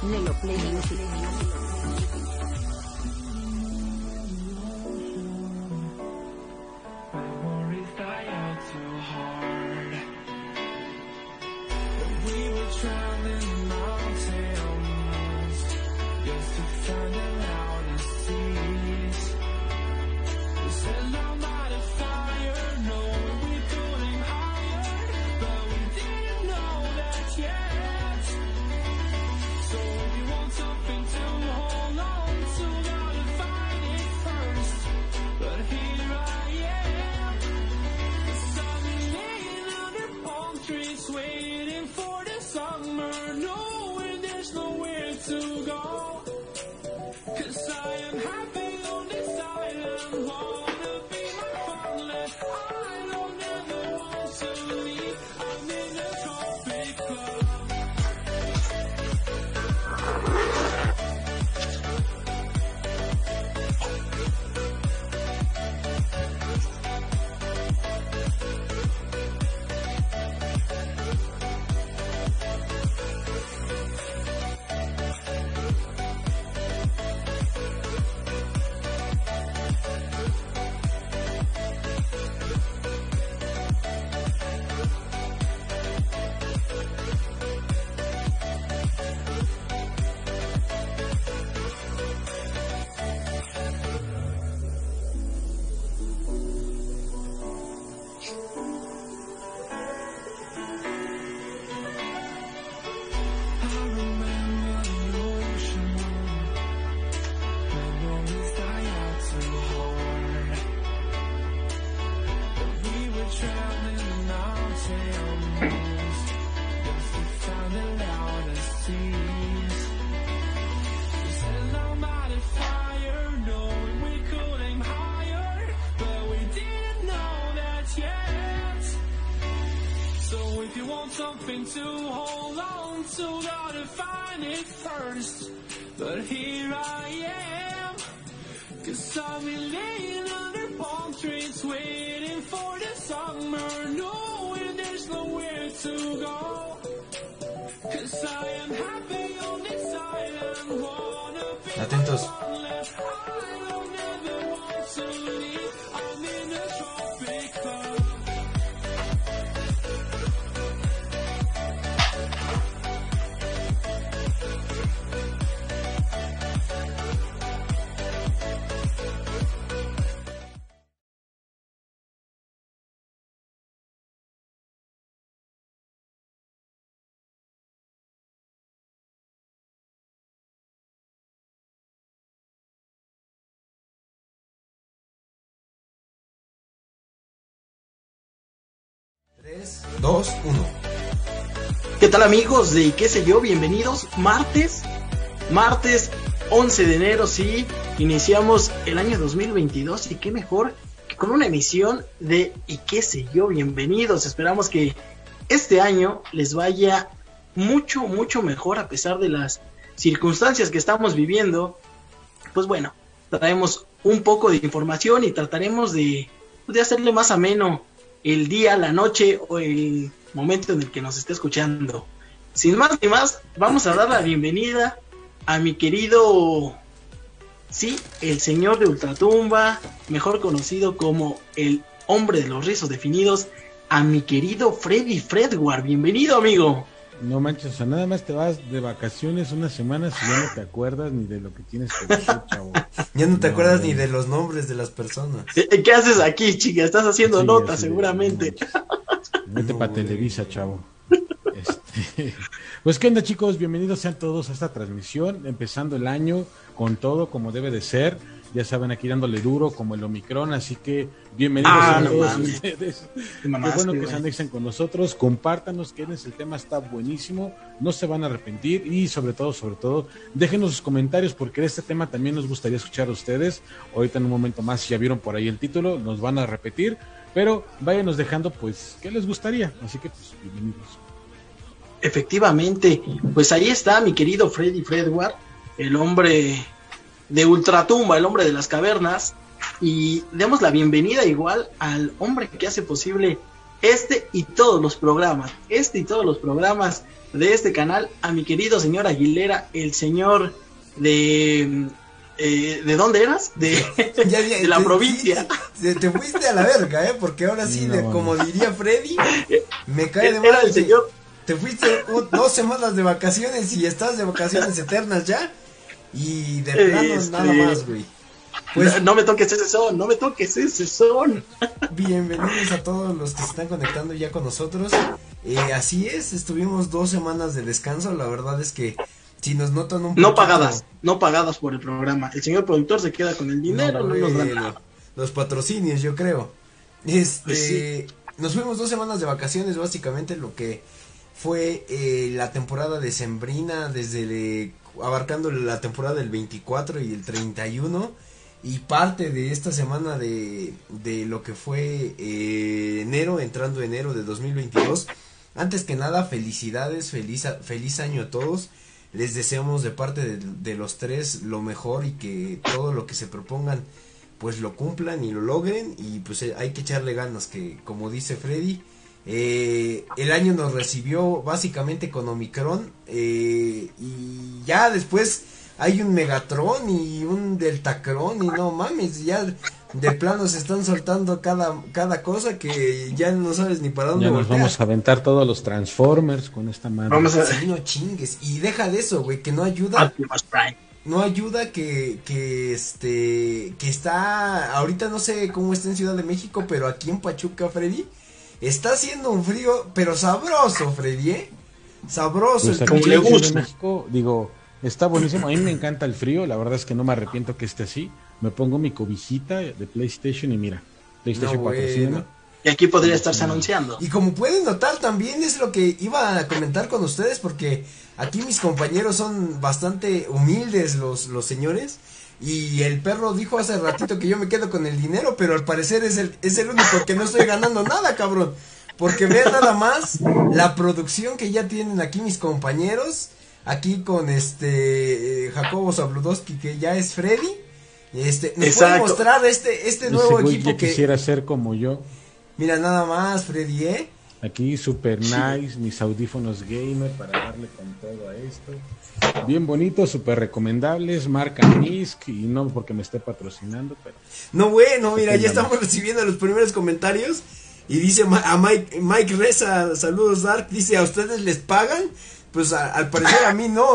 Nelo Play Music. Something to hold on to, gotta find it first. But here I am, 'cause I've been laying under palm trees, waiting for the summer, knowing there's nowhere to go. 'Cause I am happy on this island, wanna be Atentos. I don't ever want to leave, I'm in a tropic club. Tres, dos, uno. ¿Qué tal, amigos de qué sé yo? Bienvenidos. Martes 11 de enero, sí, iniciamos el año 2022 y qué mejor que con una emisión de y qué sé yo. Bienvenidos, esperamos que este año les vaya mucho mejor a pesar de las circunstancias que estamos viviendo. Pues bueno, traemos un poco de información y trataremos de hacerle más ameno el día, la noche o el momento en el que nos esté escuchando. Sin más ni más, vamos a dar la bienvenida a mi querido, sí, el señor de Ultratumba, mejor conocido como el hombre de los rizos definidos, a mi querido Freddy Fredward. Bienvenido, amigo. No manches, o sea, nada más te vas de vacaciones unas semanas y ya no te acuerdas ni de lo que tienes que decir, chavo. Ya no te acuerdas ni de los nombres de las personas. ¿Qué haces aquí, chica? Estás haciendo notas, seguramente. Vete para Televisa, chavo. Pues qué onda, chicos, bienvenidos sean todos a esta transmisión, empezando el año con todo como debe de ser. Ya saben, aquí dándole duro como el Omicron, así que bienvenidos a todos ustedes. Qué bueno que se anexen con nosotros, compártanos, quédense, el tema está buenísimo, no se van a arrepentir y sobre todo, déjenos sus comentarios porque de este tema también nos gustaría escuchar a ustedes. Ahorita en un momento más, si ya vieron por ahí el título, nos van a repetir, pero váyanos dejando pues qué les gustaría, así que pues bienvenidos. Efectivamente, pues ahí está mi querido Freddy Fredward, el hombre de Ultratumba, el hombre de las cavernas, y demos la bienvenida igual al hombre que hace posible este y todos los programas de este canal a mi querido señor Aguilera, el señor de dónde eras, de la provincia. Te fuiste a la verga, porque ahora sí, No. como diría Freddy, me cae de Era mal. el señor. Te fuiste 2 semanas de vacaciones y estás de vacaciones eternas ya, y de plano nada más, güey. Pues No me toques ese son. bienvenidos a todos los que se están conectando ya con nosotros. Así es, estuvimos 2 semanas de descanso. La verdad es que si nos notan un No poquito- pagadas por el programa. El señor productor se queda con el dinero, no nos da nada. los patrocinios, yo creo. Pues sí. Nos fuimos 2 semanas de vacaciones, básicamente lo que fue la temporada decembrina, abarcando la temporada del 24 y el 31, y parte de esta semana de lo que fue entrando enero de 2022. Antes que nada, felicidades, feliz año a todos. Les deseamos de parte de los 3 lo mejor, y que todo lo que se propongan pues lo cumplan y lo logren, y pues hay que echarle ganas, que como dice Freddy, el año nos recibió básicamente con Omicron, y ya después hay un Megatron y un Deltacron, y no mames, ya de plano se están soltando cada cosa que ya no sabes ni para dónde Ya nos voltear. vamos a aventar todos los Transformers con esta madre. Vamos a Sí, no chingues, y deja de eso, güey, que no ayuda. Optimus Prime. No ayuda que está, ahorita no sé cómo está en Ciudad de México, pero aquí en Pachuca, Freddy, está haciendo un frío, pero sabroso, Freddy, sabroso. Pues el aquí como pinche le en gusta. Ciudad de México, digo, está buenísimo. A mí me encanta el frío, la verdad es que no me arrepiento que esté así. Me pongo mi cobijita de PlayStation y mira, PlayStation No, 4, bueno. Y aquí podría estarse anunciando. Y como pueden notar, también es lo que iba a comentar con ustedes, porque aquí mis compañeros son bastante humildes los señores, y el perro dijo hace ratito que yo me quedo con el dinero, pero al parecer es el único que no estoy ganando nada, cabrón, porque vean nada más la producción que ya tienen aquí mis compañeros, aquí con Jacobo Zabludowski, que ya es Freddy, nos puede Exacto. mostrar este nuevo Ese güey equipo ya que, quisiera ser como yo. mira nada más, Freddy, Aquí super nice, mis audífonos gamer para darle con todo a esto. Bien bonitos, súper recomendables, marca Misk, y no porque me esté patrocinando, pero No, bueno, mira, ya Venga, estamos recibiendo los primeros comentarios. Y dice a Mike Reza, saludos Dark, dice, ¿a ustedes les pagan? Pues al parecer a mí no,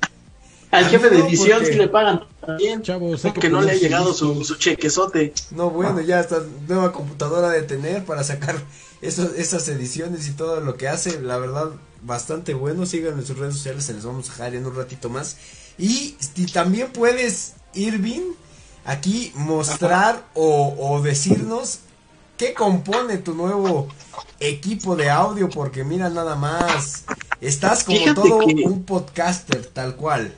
Al A jefe mí de no, edición porque- sí le pagan también. chavos, hay Que no le ha ponerse llegado listos. su chequezote. No, bueno, ya esta nueva computadora de tener para sacar esas ediciones y todo lo que hace, la verdad, bastante bueno. Síganlo en sus redes sociales, se les vamos a dejar en un ratito más. Y si también puedes, Irving, aquí mostrar o decirnos qué compone tu nuevo equipo de audio, porque mira nada más, estás como Fíjate todo que- un podcaster, tal cual.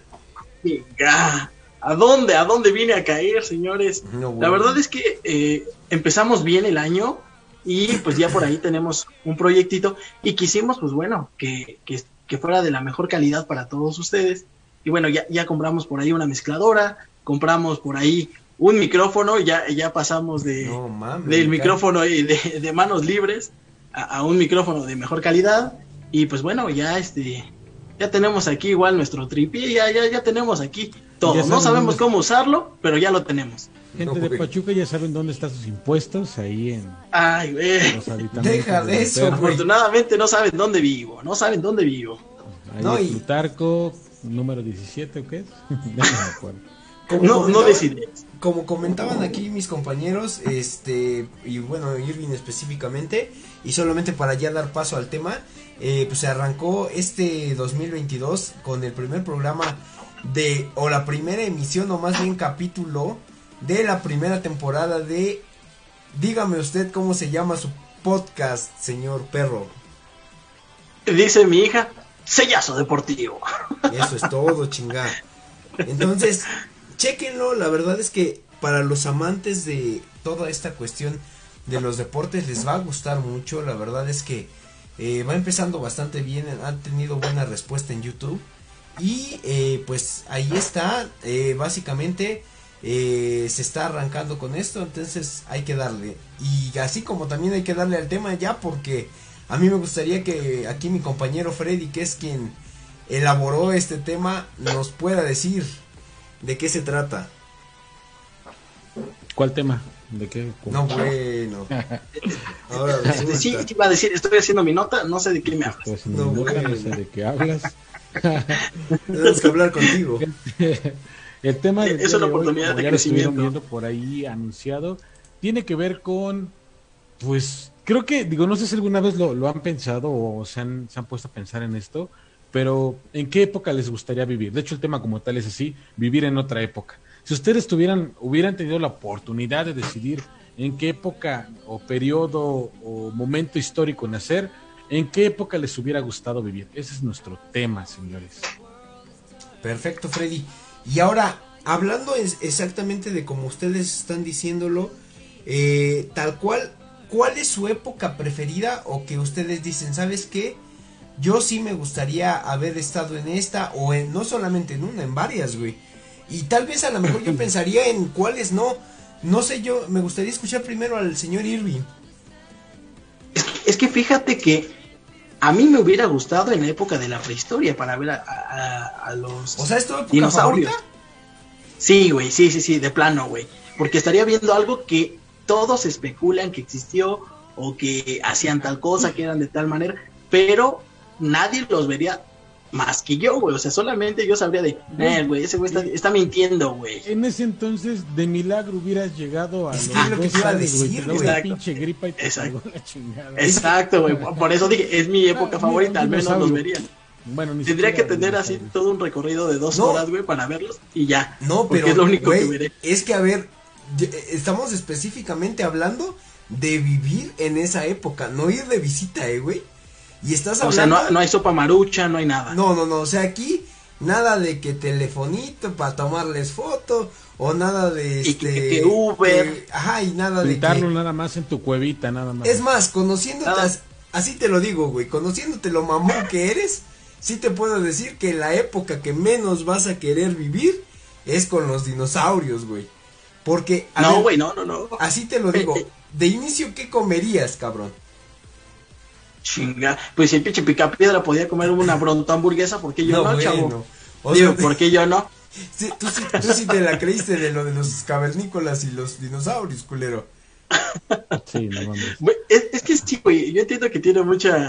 Venga, ¿a dónde viene a caer, señores? No, bueno. La verdad es que empezamos bien el año y pues ya por ahí tenemos un proyectito y quisimos, pues bueno, que fuera de la mejor calidad para todos ustedes. Y bueno, ya compramos por ahí una mezcladora, compramos por ahí un micrófono, ya pasamos No mames, del me micrófono de manos libres a un micrófono de mejor calidad. Y pues bueno, ya tenemos aquí igual nuestro tripié, ya tenemos aquí todo. Ya No saben sabemos dónde- cómo usarlo, pero ya lo tenemos. Gente No, de güey. Pachuca ya saben dónde están sus impuestos, ahí en Ay, güey. los habitamentos Deja de del eso, perro. güey. Afortunadamente no saben dónde vivo, Ahí No, en y- Plutarco, número 17, ¿o qué es? No me acuerdo. Como No comentaban- decides. Como comentaban aquí mis compañeros, y bueno, Irving específicamente, y solamente para ya dar paso al tema, pues se arrancó este 2022 con el primer programa o la primera emisión, o más bien capítulo, de la primera temporada de, dígame usted cómo se llama su podcast, señor perro. Dice mi hija, sellazo deportivo. Eso es todo, chingada. Entonces, chéquenlo, la verdad es que para los amantes de toda esta cuestión de los deportes les va a gustar mucho. La verdad es que va empezando bastante bien, han tenido buena respuesta en YouTube. Y pues ahí está, básicamente se está arrancando con esto, entonces hay que darle. Y así como también hay que darle al tema ya, porque a mí me gustaría que aquí mi compañero Freddy, que es quien elaboró este tema, nos pueda decir de qué se trata. ¿Cuál tema? ¿De qué? No, bueno. Ahora sí, iba a decir, estoy haciendo mi nota, no sé de qué me hablas. No, bueno. No sé de qué hablas. Tenemos que hablar contigo. El tema es una oportunidad hoy, como de ya lo crecimiento. estuvieron viendo por ahí anunciado, tiene que ver con, pues, creo que, digo, no sé si alguna vez lo han pensado o se han puesto a pensar en esto, pero ¿en qué época les gustaría vivir? De hecho, el tema como tal es así, vivir en otra época. Si ustedes hubieran tenido la oportunidad de decidir en qué época o periodo o momento histórico nacer, ¿en qué época les hubiera gustado vivir? Ese es nuestro tema, señores. Perfecto, Freddy. Y ahora, hablando exactamente de como ustedes están diciéndolo, tal cual, ¿cuál es su época preferida o que ustedes dicen, ¿sabes qué? Yo sí me gustaría haber estado en esta o no solamente en una, en varias, güey. Y tal vez a lo mejor yo pensaría en cuáles no. No sé, yo me gustaría escuchar primero al señor Irving. Es que fíjate que a mí me hubiera gustado en la época de la prehistoria para ver a los O sea, ¿es tu época dinosaurios. favorita? Sí, güey, sí, de plano, güey. Porque estaría viendo algo que todos especulan que existió o que hacían tal cosa, que eran de tal manera, pero nadie los vería más que yo, güey. O sea, solamente yo sabría de, güey, ese güey está mintiendo, güey. En ese entonces, de milagro hubieras llegado a Es los que es lo que 2 te iba a años, güey, decir, te daba güey. una pinche gripa y te Exacto. pegó la chingada. Exacto, güey. Por eso dije, es mi época favorita, al menos los vería. Bueno, ni Tendría que siquiera tener así dinosaurio. todo un recorrido de 2 No. horas, güey, para verlos y ya. No, Porque pero es lo único güey, que veré. es que a ver, estamos específicamente hablando de vivir en esa época, no ir de visita, güey. Y estás O hablando... sea, no hay sopa marucha, no hay nada. No, o sea, aquí nada de que telefonito para tomarles foto o nada de Y que Uber. ajá, y nada de Pintarlo que... nada más en tu cuevita, nada más. Es más, conociéndote, Nada. así te lo digo, güey, conociéndote lo mamón que eres, sí te puedo decir que la época que menos vas a querer vivir es con los dinosaurios, güey. Porque... a No, ver, güey, no. así te lo digo, de inicio, ¿qué comerías, cabrón? Chinga. Pues si el pinche Picapiedra podía comer una bronta hamburguesa, ¿por qué yo no, chavo? bueno. O Digo, sea, ¿por qué yo no? sí, tú sí te la creíste de lo de los cavernícolas y los dinosaurios, culero. Sí, no mames. Güey, es que sí, güey, yo entiendo que tiene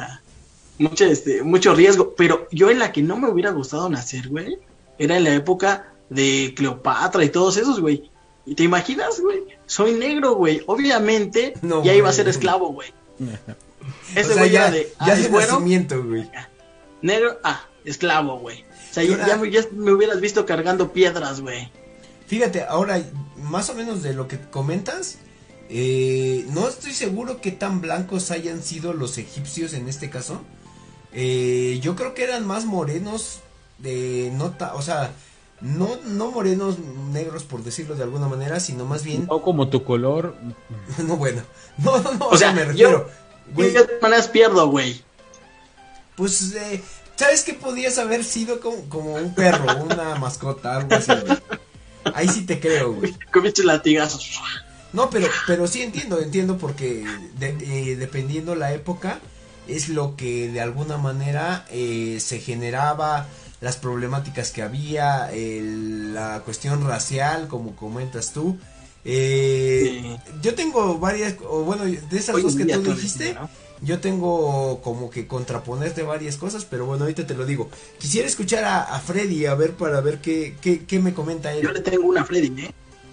mucho riesgo, pero yo en la que no me hubiera gustado nacer, güey, era en la época de Cleopatra y todos esos, güey. ¿Y te imaginas, güey? Soy negro, güey. Obviamente No, ya iba a güey. ser esclavo, güey. O Ese sea, güey ya, era de, ya es de güero, nacimiento, güey. negro, esclavo, güey. O sea, Yo ya me hubieras visto cargando piedras, güey. Fíjate, ahora, más o menos de lo que comentas, no estoy seguro qué tan blancos hayan sido los egipcios en este caso. Yo creo que eran más morenos, o sea, no morenos negros por decirlo de alguna manera, sino más bien... O como tu color. No, bueno, no, O sea, me refiero, güey, ¿De qué maneras pierdo, güey? pues, ¿sabes qué podías haber sido como un perro, una mascota, algo así, güey? Ahí sí te creo, güey. Con pinches latigazos. No, pero sí entiendo porque dependiendo la época es lo que de alguna manera se generaba, las problemáticas que había, la cuestión racial, como comentas tú. Sí. Yo tengo varias, o bueno, de esas Hoy dos en que día tú todo dijiste, es, ¿no? yo tengo como que contraponerte varias cosas, pero bueno, ahorita te lo digo. Quisiera escuchar a Freddy para ver qué me comenta él. Yo le tengo una a Freddy, ¿eh?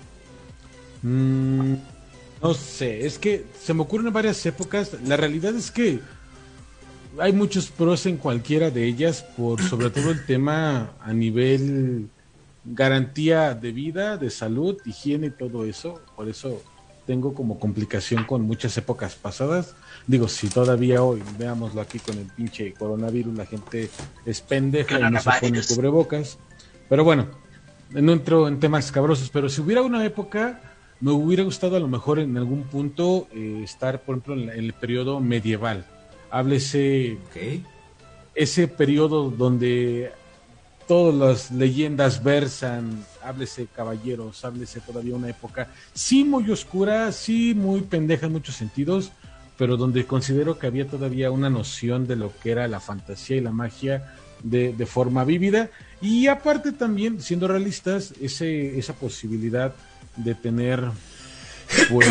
No sé, es que se me ocurren varias épocas. La realidad es que hay muchos pros en cualquiera de ellas, por sobre todo el tema a nivel garantía de vida, de salud, higiene y todo eso. Por eso tengo como complicación con muchas épocas pasadas. Digo, si todavía hoy, veámoslo aquí con el pinche coronavirus, la gente es pendeja y no se pone cubrebocas. Pero bueno, no entro en temas cabrosos, pero si hubiera una época, me hubiera gustado a lo mejor en algún punto estar, por ejemplo, en el periodo medieval. Háblese Ok. ese periodo donde todas las leyendas versan, háblese caballeros, háblese todavía una época, sí muy oscura, sí muy pendeja en muchos sentidos, pero donde considero que había todavía una noción de lo que era la fantasía y la magia de forma vívida, y aparte también, siendo realistas, esa posibilidad de tener, pues,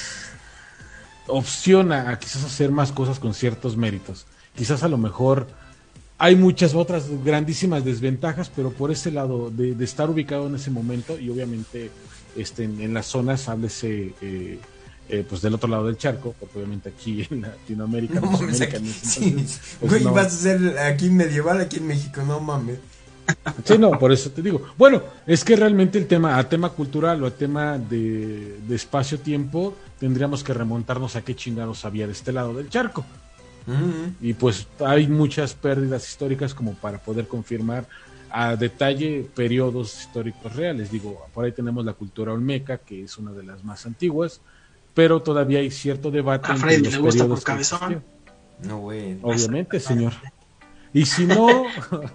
opción a quizás hacer más cosas con ciertos méritos. Quizás a lo mejor hay muchas otras grandísimas desventajas, pero por ese lado de estar ubicado en ese momento, y obviamente en las zonas, háblese pues del otro lado del charco, porque obviamente aquí en Latinoamérica, no mames, güey, vas a ser aquí medieval, aquí en México, no mames. Sí, no, por eso te digo. Bueno, es que realmente a tema cultural o a tema de espacio-tiempo, tendríamos que remontarnos a qué chingados había de este lado del charco. Y pues hay muchas pérdidas históricas como para poder confirmar a detalle periodos históricos reales. Digo, por ahí tenemos la cultura olmeca, que es una de las más antiguas, pero todavía hay cierto debate entre los periodos por cabezón. No, güey. Obviamente, señor. Y si no,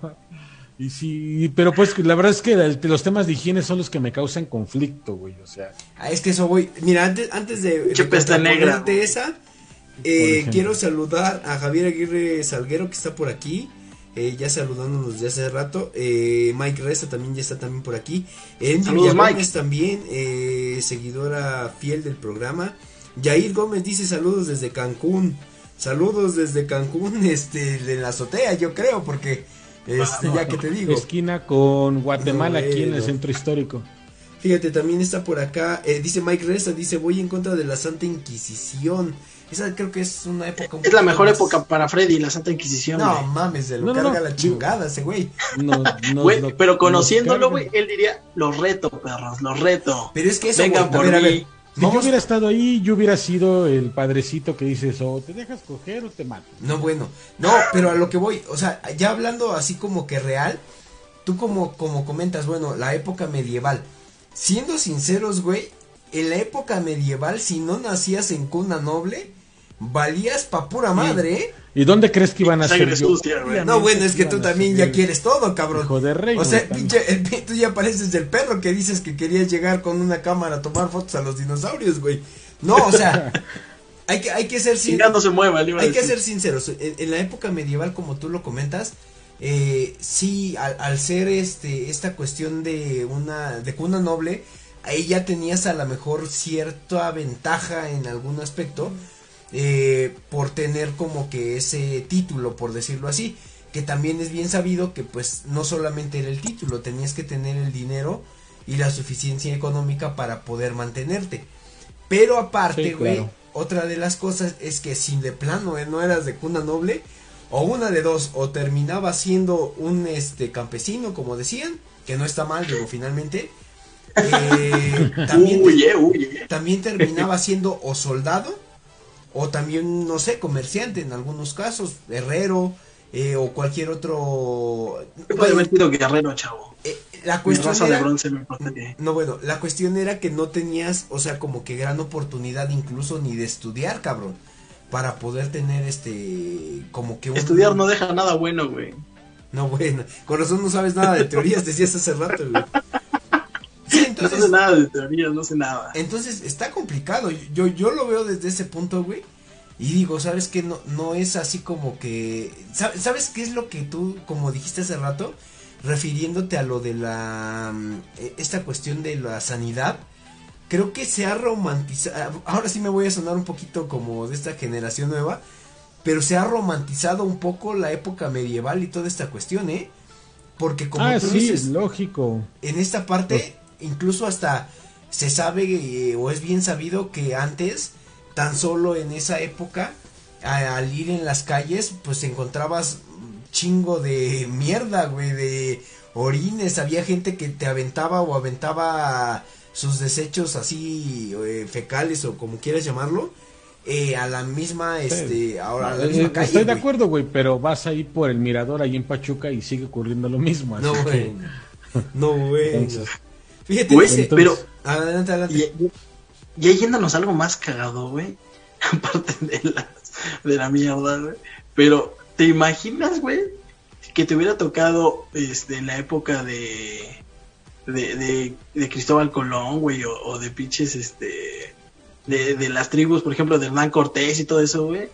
pero pues la verdad es que los temas de higiene son los que me causan conflicto, güey. O sea, es que eso, güey. Mira, antes de pesta negra esa, quiero saludar a Javier Aguirre Salguero, que está por aquí. Ya saludándonos desde hace rato. Mike Reza también ya está también por aquí. Saludos, Mike. También, seguidora fiel del programa. Yair Gómez dice saludos desde Cancún. Saludos desde Cancún, de la azotea, yo creo, porque ya que te digo. Esquina con Guatemala, aquí en el centro histórico. Fíjate, también está por acá, dice Mike Reza, dice voy en contra de la Santa Inquisición. Esa creo que es una época... Es la mejor época para Freddy, la Santa Inquisición. No, mames, se lo carga la chingada ese güey. Güey, pero conociéndolo, güey, él diría, los reto, perros, los reto. Pero es que eso, vengan por mí. Si yo hubiera estado ahí, yo hubiera sido el padrecito que dices, o te dejas coger o te mato. No, bueno, no, pero a lo que voy, o sea, ya hablando así como que real, tú como comentas, bueno, la época medieval, siendo sinceros, güey, en la época medieval, si no nacías en cuna noble, valías pa' pura madre, ¿eh? ¿Y dónde crees que iban a ser yo? No, bueno, es que tú también ya quieres todo, cabrón. Hijo de rey, o sea, tú ya pareces el perro que dices que querías llegar con una cámara a tomar fotos a los dinosaurios, güey. No, o sea, hay que ser sinceros. Hay que ser sinceros. En la época medieval, como tú lo comentas, sí, al ser esta cuestión de cuna noble, ahí ya tenías a lo mejor cierta ventaja en algún aspecto. Por tener como que ese título, por decirlo así, que también es bien sabido que pues no solamente era el título, tenías que tener el dinero y la suficiencia económica para poder mantenerte. Pero aparte, güey, sí, claro, otra de las cosas es que si de plano no eras de cuna noble, o una de dos, o terminaba siendo un campesino, como decían, que no está mal, digo, finalmente, también terminaba siendo o soldado, o también, no sé, comerciante en algunos casos, herrero, o cualquier otro... Puede haber sido guerrero, chavo. La cuestión raza era... de bronce me protege. No, bueno, la cuestión era que no tenías, o sea, como que gran oportunidad incluso ni de estudiar, cabrón, para poder tener como que Estudiar no deja nada bueno, güey. No, bueno, con razón no sabes nada de teorías, decías hace rato, güey. Sí, entonces, no sé nada de teorías, no sé nada. Entonces está complicado. Yo lo veo desde ese punto, güey. Y digo, ¿sabes qué? No es así como que... ¿Sabes qué es lo que tú, como dijiste hace rato? Refiriéndote a lo de esta cuestión de la sanidad. Creo que se ha romantizado... Ahora sí me voy a sonar un poquito como de esta generación nueva. Pero se ha romantizado un poco la época medieval y toda esta cuestión, ¿eh? Porque como tú dices, lógico. En esta parte... Incluso hasta se sabe o es bien sabido que antes, tan solo en esa época, al ir en las calles, pues encontrabas chingo de mierda, güey, de orines. Había gente que te aventaba sus desechos así, fecales o como quieras llamarlo, a la misma, ahora a la misma calle. Estoy de acuerdo, güey, pero vas ahí por el mirador ahí en Pachuca y sigue ocurriendo lo mismo. Así no, güey. No, güey. Fíjate, güey, pero adelante. Y yéndonos algo más cagado, güey, aparte de la mierda, güey, pero ¿te imaginas, güey, que te hubiera tocado en la época de Cristóbal Colón, güey, o de pinches, de las tribus, por ejemplo, de Hernán Cortés y todo eso, güey.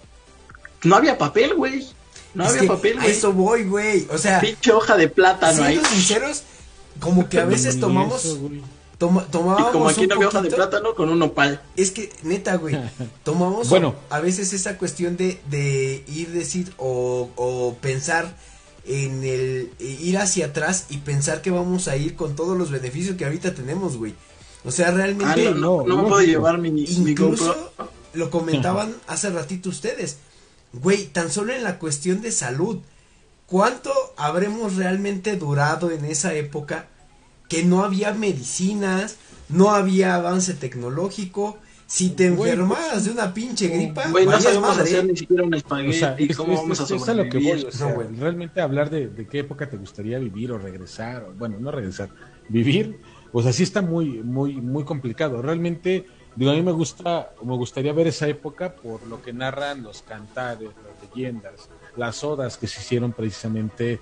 No había papel, güey. No había papel, güey. A eso voy, güey. O sea, pinche hoja de plátano ahí. Siendo sinceros, como que a veces tomábamos... tomábamos y como aquí no había hoja de poquito, plátano, con un nopal. Es que, neta, güey, tomamos a veces esa cuestión de ir, decir, o pensar en el ir hacia atrás y pensar que vamos a ir con todos los beneficios que ahorita tenemos, güey. O sea, realmente... no me puedo llevar mi incluso lo comentaban hace ratito ustedes. Güey, tan solo en la cuestión de salud, ¿cuánto habremos realmente durado en esa época que no había medicinas, no había avance tecnológico? Si te enfermabas de una pinche gripa, güey, no sabemos hacer ni siquiera un espagueti. O sea, ¿cómo vamos a sobrevivir? Es a lo que voy, o sea, realmente hablar de qué época te gustaría vivir o regresar, o, bueno, no regresar, vivir, pues así está muy complicado. Realmente, digo, a mí me gustaría ver esa época por lo que narran los cantares, las leyendas, las odas que se hicieron precisamente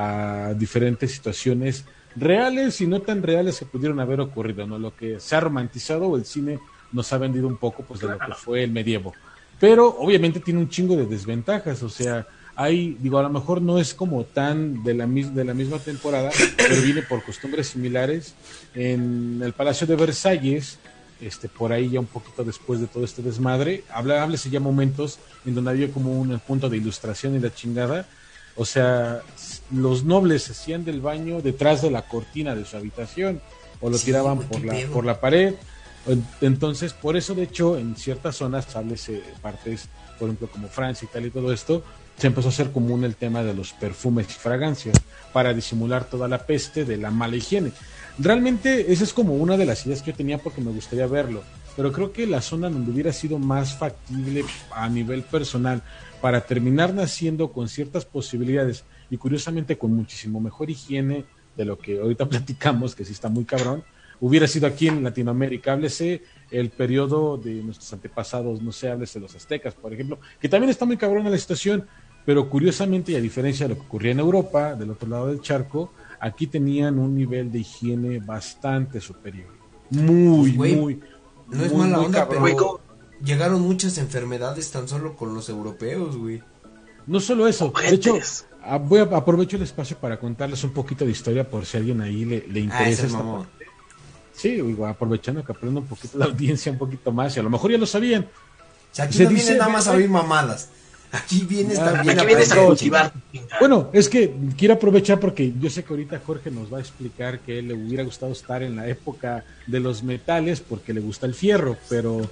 a diferentes situaciones reales y no tan reales que pudieron haber ocurrido, ¿no? Lo que se ha romantizado o el cine nos ha vendido un poco pues de lo que fue el medievo, pero obviamente tiene un chingo de desventajas, o sea, hay, digo, a lo mejor no es como tan de la misma temporada, pero viene por costumbres similares. En el Palacio de Versalles, por ahí ya un poquito después de todo este desmadre, háblese ya momentos en donde había como un punto de ilustración y la chingada, o sea, los nobles se hacían del baño detrás de la cortina de su habitación, o lo tiraban por la pared. Entonces, por eso, de hecho, en ciertas zonas, háblese partes, por ejemplo, como Francia, Italia y todo esto, se empezó a hacer común el tema de los perfumes y fragancias para disimular toda la peste de la mala higiene. Realmente, esa es como una de las ideas que yo tenía porque me gustaría verlo, pero creo que la zona donde hubiera sido más factible a nivel personal para terminar naciendo con ciertas posibilidades y curiosamente con muchísimo mejor higiene de lo que ahorita platicamos, que sí está muy cabrón, hubiera sido aquí en Latinoamérica. Háblese el periodo de nuestros antepasados, no sé, háblese de los aztecas, por ejemplo, que también está muy cabrona la situación, pero curiosamente, y a diferencia de lo que ocurría en Europa, del otro lado del charco, aquí tenían un nivel de higiene bastante superior. Muy, pues, muy, no es mala onda, pero llegaron muchas enfermedades tan solo con los europeos, güey. No solo eso, de hecho, aprovecho el espacio para contarles un poquito de historia por si a alguien ahí le interesa esta parte. Sí, digo, aprovechando que aprenda un poquito la audiencia, un poquito más, y a lo mejor ya lo sabían. O sea, aquí no vienes nada más a oír mamadas. Aquí vienes también a cultivar. Bueno, es que quiero aprovechar porque yo sé que ahorita Jorge nos va a explicar que él le hubiera gustado estar en la época de los metales porque le gusta el fierro, pero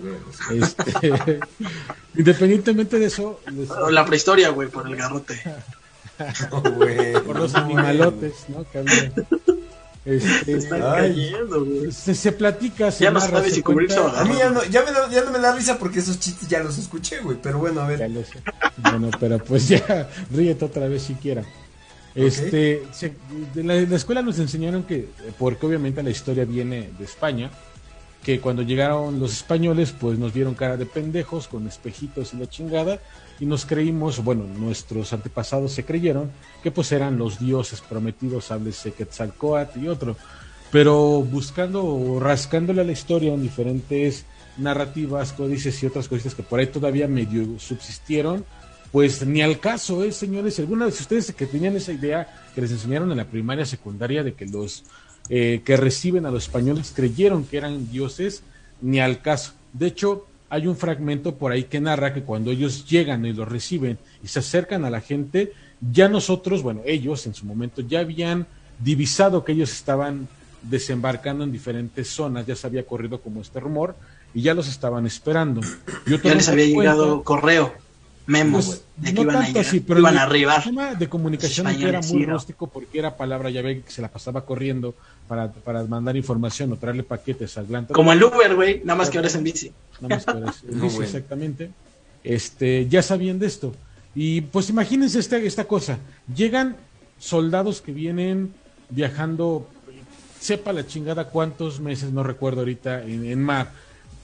independientemente de eso... La prehistoria, güey, por el garrote. Por los animalotes, ¿no? Que había. Están cayendo, güey. Se platica, ya no sabes si cubrirse o a mí ya no me da risa porque esos chistes ya los escuché, güey, pero bueno, a ver. Ya lo sé. Bueno, pero pues ya ríete otra vez si quiera. Okay. La escuela nos enseñaron que, porque obviamente la historia viene de España, que cuando llegaron los españoles pues nos vieron cara de pendejos con espejitos y la chingada y nos creímos, bueno, nuestros antepasados se creyeron que pues eran los dioses prometidos, háblese Quetzalcóatl y otro, pero buscando o rascándole a la historia en diferentes narrativas, códices y otras cositas que por ahí todavía medio subsistieron, pues ni al caso, señores. Alguna vez ustedes que tenían esa idea que les enseñaron en la primaria, secundaria, de que los que reciben a los españoles creyeron que eran dioses, ni al caso. De hecho, hay un fragmento por ahí que narra que cuando ellos llegan y los reciben y se acercan a la gente, ya nosotros, bueno, ellos en su momento ya habían divisado que ellos estaban desembarcando en diferentes zonas, ya se había corrido como este rumor y ya los estaban esperando. Ya les había llegado correo, memos, pues, de que no iban a llegar, así, pero iban a arribar. El sistema de comunicación aquí era muy rústico porque era palabra llave que se la pasaba corriendo para mandar información o traerle paquetes al glándulo. Como el Uber, güey, nada más que ahora es en bici. Nada más que ahora es en bici, exactamente. Ya sabían de esto. Y pues imagínense esta cosa. Llegan soldados que vienen viajando, sepa la chingada cuántos meses, no recuerdo ahorita, en mar.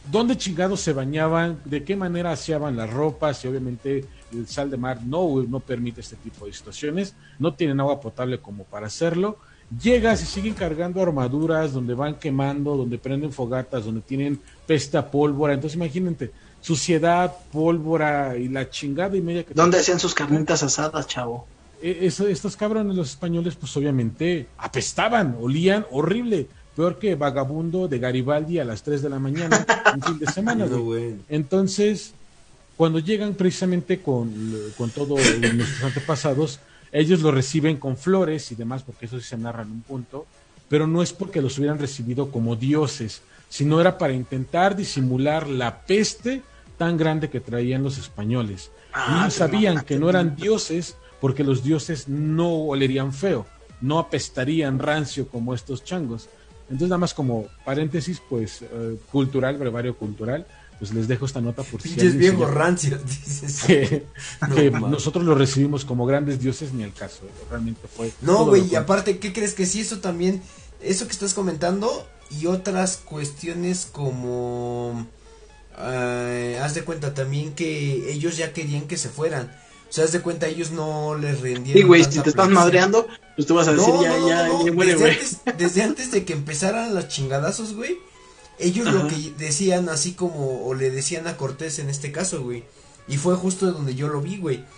dónde chingados se bañaban, de qué manera aseaban las ropas, y obviamente el sal de mar no permite este tipo de situaciones, no tienen agua potable como para hacerlo. Llegas y siguen cargando armaduras, donde van quemando, donde prenden fogatas, donde tienen peste a pólvora. Entonces imagínate, suciedad, pólvora y la chingada y media que... ¿Dónde hacían sus carnitas asadas, chavo? Estos cabrones, los españoles, pues obviamente apestaban, olían horrible, peor que vagabundo de Garibaldi a las 3 de la mañana, un fin de semana. No, güey. Entonces, cuando llegan precisamente con todos nuestros antepasados, ellos lo reciben con flores y demás, porque eso sí se narra en un punto, pero no es porque los hubieran recibido como dioses, sino era para intentar disimular la peste tan grande que traían los españoles. Y ellos sabían que no eran dioses, porque los dioses no olerían feo, no apestarían rancio como estos changos. Entonces, nada más como paréntesis, pues, cultural, brevario cultural, pues les dejo esta nota por si pinches viejos rancios, dices. Que nosotros lo recibimos como grandes dioses, ni el caso, realmente fue... No, güey, y aparte, ¿qué crees? Que sí, eso también, eso que estás comentando, y otras cuestiones como... haz de cuenta también que ellos ya querían que se fueran. O sea, haz de cuenta, ellos no les rendieron. Sí, güey, si te estás madreando, pues tú vas a decir, ya muere, güey. Desde antes de que empezaran los chingadazos, güey, ellos lo que decían, así como, o le decían a Cortés en este caso, güey, y fue justo donde yo lo vi, güey,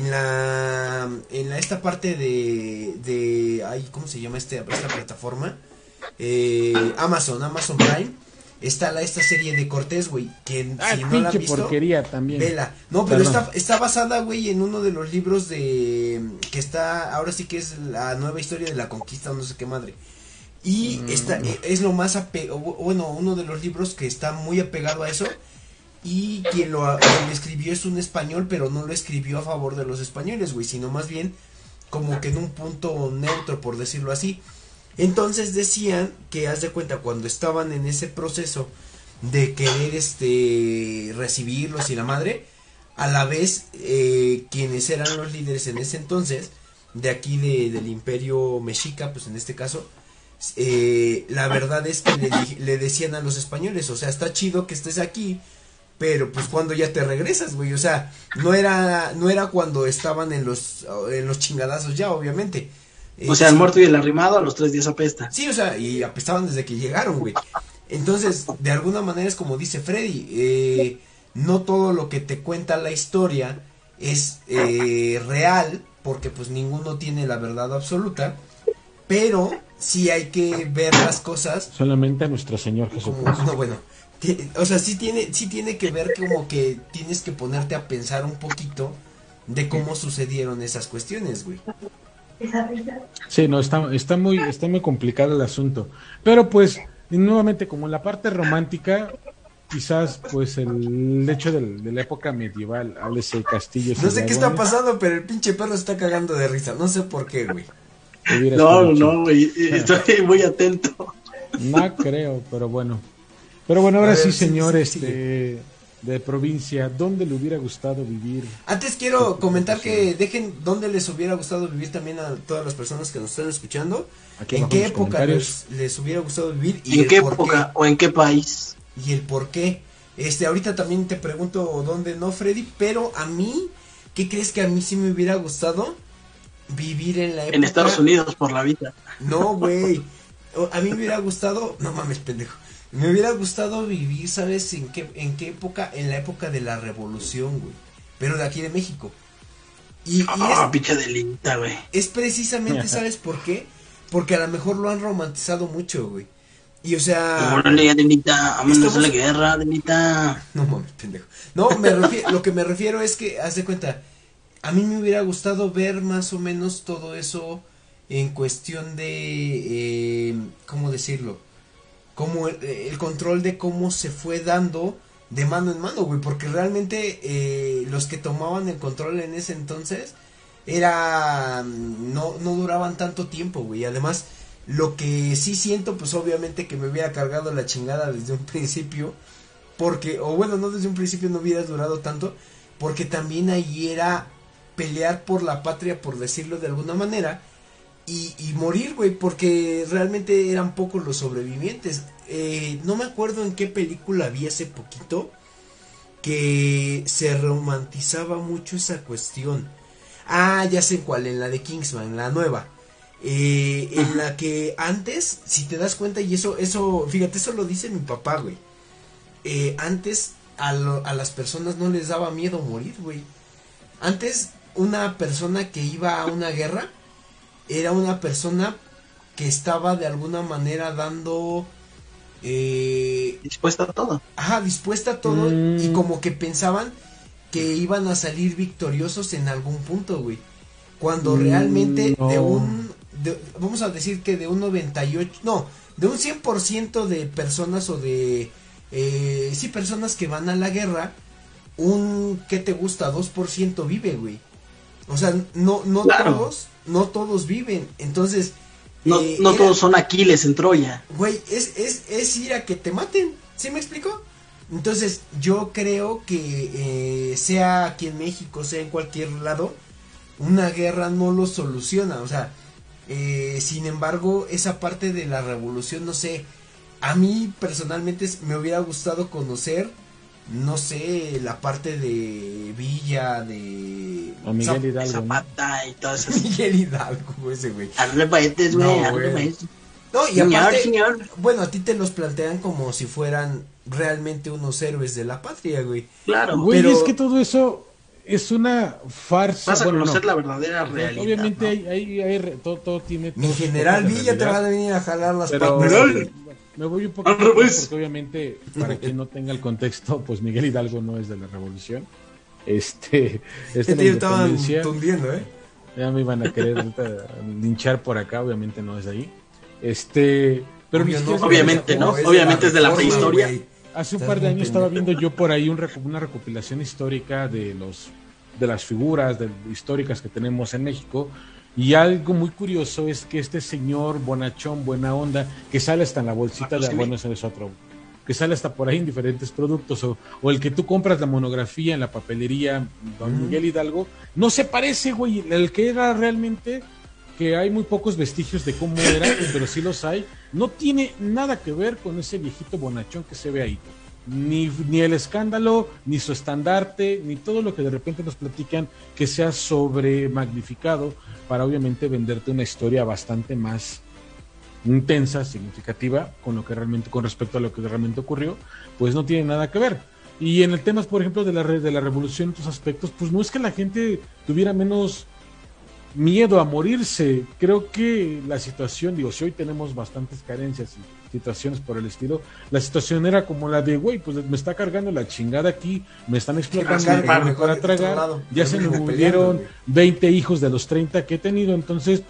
esta parte de, ay, ¿cómo se llama esta plataforma? Amazon Prime. Está esta serie de Cortés, güey, que si no la han visto, porquería también. Vela. No, pero está basada, güey, en uno de los libros que está, ahora sí que es la nueva historia de la conquista, no sé qué madre. Y es lo más uno de los libros que está muy apegado a eso. Y quien lo escribió es un español, pero no lo escribió a favor de los españoles, güey, sino más bien como que en un punto neutro, por decirlo así. Entonces decían que, haz de cuenta, cuando estaban en ese proceso de querer recibirlos y la madre, a la vez quienes eran los líderes en ese entonces, de aquí del imperio mexica, pues en este caso, la verdad es que le decían a los españoles, o sea, está chido que estés aquí, pero pues cuando ya te regresas, güey, o sea, no era cuando estaban en los chingadazos ya, obviamente. O sea, el muerto y el arrimado a los 3 días apesta. Sí, o sea, y apestaban desde que llegaron, güey. Entonces, de alguna manera es como dice Freddy, no todo lo que te cuenta la historia es real, porque pues ninguno tiene la verdad absoluta, pero sí hay que ver las cosas. Solamente a nuestro Señor Jesucristo. No, bueno, o sea, sí tiene que ver como que tienes que ponerte a pensar un poquito de cómo sucedieron esas cuestiones, güey. Sí, no, está muy complicado el asunto. Pero pues, nuevamente, como en la parte romántica, quizás pues el hecho de la época medieval, háblese castillos. No sé qué está pasando, pero el pinche perro se está cagando de risa. No sé por qué, güey. No, güey, estoy muy atento. No creo, pero bueno. Ahora sí, señor, de provincia, ¿dónde le hubiera gustado vivir? Antes quiero comentar que dejen dónde les hubiera gustado vivir también a todas las personas que nos están escuchando. ¿En qué época les hubiera gustado vivir? Y ¿en qué época o en qué país? Y el por qué. Ahorita también te pregunto dónde no, Freddy, pero a mí, ¿qué crees que a mí sí me hubiera gustado vivir en la época? En Estados Unidos, por la vida. No, güey. A mí me hubiera gustado, no mames, pendejo. Me hubiera gustado vivir, ¿sabes en qué época? En la época de la revolución, güey. Pero de aquí de México. Pinche delita, güey. Es precisamente, ¿sabes por qué? Porque a lo mejor lo han romantizado mucho, güey. Y o sea... Órale, delita, vámonos a la guerra, delita. No mames, pendejo. No, lo que me refiero es que, haz de cuenta, a mí me hubiera gustado ver más o menos todo eso en cuestión de... ¿cómo decirlo? Como el control de cómo se fue dando de mano en mano, güey, porque realmente los que tomaban el control en ese entonces no duraban tanto tiempo, güey. Además, lo que sí siento, pues obviamente que me hubiera cargado la chingada desde un principio, porque, o bueno, no desde un principio no hubiera durado tanto, porque también ahí era pelear por la patria, por decirlo de alguna manera. y morir, güey, porque realmente eran pocos los sobrevivientes. No me acuerdo en qué película vi hace poquito que se romantizaba mucho esa cuestión. Ah, ya sé cuál, en la de Kingsman, la nueva. En la que antes, si te das cuenta, y eso, fíjate, eso lo dice mi papá, güey. Antes a las personas no les daba miedo morir, güey. Antes, una persona que iba a una guerra era una persona que estaba de alguna manera dando... dispuesta a todo. Ajá, dispuesta a todo, y como que pensaban que iban a salir victoriosos en algún punto, güey. Cuando realmente no. Vamos a decir que de un 98, no, de un 100% de personas o de, sí, personas que van a la guerra, ¿qué te gusta? 2% vive, güey. O sea, no claro. no todos viven, entonces... No todos son Aquiles en Troya. Güey, es ir a que te maten, ¿sí me explico? Entonces, yo creo que sea aquí en México, sea en cualquier lado, una guerra no lo soluciona, o sea, sin embargo, esa parte de la revolución, no sé, a mí personalmente me hubiera gustado conocer, no sé, la parte de Villa, de... O Miguel Hidalgo, Zapata, ¿no? Y todo eso. Miguel Hidalgo, ese güey. Hazle paetes, güey, hazle paetes. No, y aparte, señor. Bueno, a ti te los plantean como si fueran realmente unos héroes de la patria, güey. Claro, güey, pero... es que todo eso es una farsa. Vas a conocer la verdadera realidad. Obviamente, ¿no? hay todo tiene... Mi general Villa te van a venir a jalar las patas. Me voy un poco porque obviamente, para quien no tenga el contexto, pues Miguel Hidalgo no es de la revolución. Es de la independencia. Tundiendo, Ya me iban a querer linchar por acá, obviamente no es de ahí. Pero obviamente no, obviamente es de la prehistoria. Hace un par de años estaba viendo yo por ahí una recopilación histórica de las figuras históricas que tenemos en México, y algo muy curioso es que este señor bonachón, buena onda, que sale hasta en la bolsita de bueno, ese es otro, que sale hasta por ahí en diferentes productos, o el que tú compras la monografía en la papelería Don Miguel Hidalgo, no se parece, güey, el que era realmente, que hay muy pocos vestigios de cómo era, pero sí los hay, no tiene nada que ver con ese viejito bonachón que se ve ahí. Ni el escándalo, ni su estandarte, ni todo lo que de repente nos platican que sea sobre magnificado para obviamente venderte una historia bastante más intensa, significativa, con respecto a lo que realmente ocurrió, pues no tiene nada que ver. Y en el tema, por ejemplo, de la revolución en otros aspectos, pues no es que la gente tuviera menos miedo a morirse. Creo que la situación, si hoy tenemos bastantes carencias y situaciones por el estilo, la situación era como la de, güey, pues me está cargando la chingada aquí, me están explotando para tragar, ya se me murieron 20 hijos de los 30 que he tenido, entonces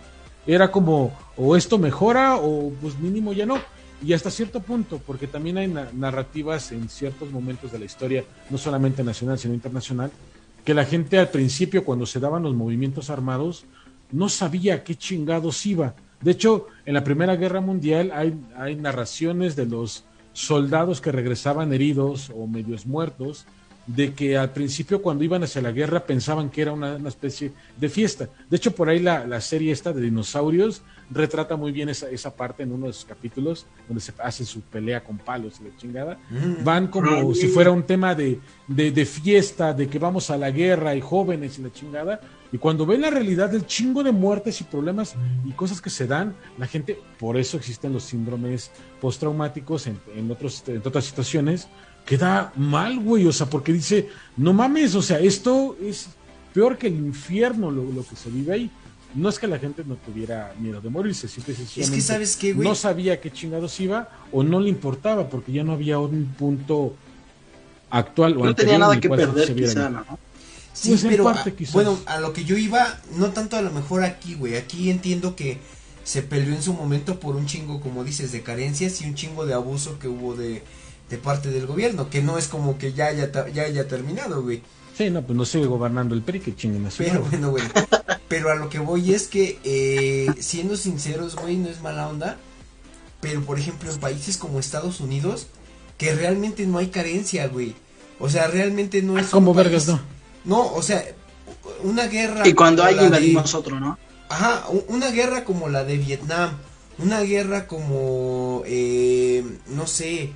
era como, o esto mejora o pues mínimo ya no. Y hasta cierto punto, porque también hay narrativas en ciertos momentos de la historia, no solamente nacional sino internacional, que la gente al principio, cuando se daban los movimientos armados, no sabía a qué chingados iba. De hecho, en la Primera Guerra Mundial hay narraciones de los soldados que regresaban heridos o medios muertos, de que al principio cuando iban hacia la guerra pensaban que era una especie de fiesta. De hecho, por ahí la serie esta de dinosaurios retrata muy bien esa parte en uno de sus capítulos, donde se hace su pelea con palos y la chingada. Van como si fuera un tema de fiesta, de que vamos a la guerra y jóvenes y la chingada. Y cuando ven la realidad del chingo de muertes y problemas y cosas que se dan, la gente, por eso existen los síndromes postraumáticos en otras situaciones, queda mal, güey, o sea, porque dice, no mames, o sea, esto es peor que el infierno lo que se vive ahí. No es que la gente no tuviera miedo de morirse, simplemente es que, ¿sabes qué, güey? No sabía qué chingados iba o no le importaba, porque ya no había un punto actual o no tenía nada que perder, quizá, ¿no? Sí, pues pero bueno, a lo que yo iba, no tanto a lo mejor aquí, güey, aquí entiendo que se peleó en su momento por un chingo, como dices, de carencias y un chingo de abuso que hubo de parte del gobierno, que no es como que ya haya terminado, güey. Sí, no, pues no sigue gobernando el PRI, que chinguen a su Pero bueno, güey, pero a lo que voy es que, siendo sinceros, güey, no es mala onda, pero por ejemplo en países como Estados Unidos, que realmente no hay carencia, güey, o sea, realmente no es como vergas, no. No, o sea, una guerra... Y cuando hay invadimos otro, ¿no? Ajá, una guerra como la de Vietnam, una guerra como, no sé,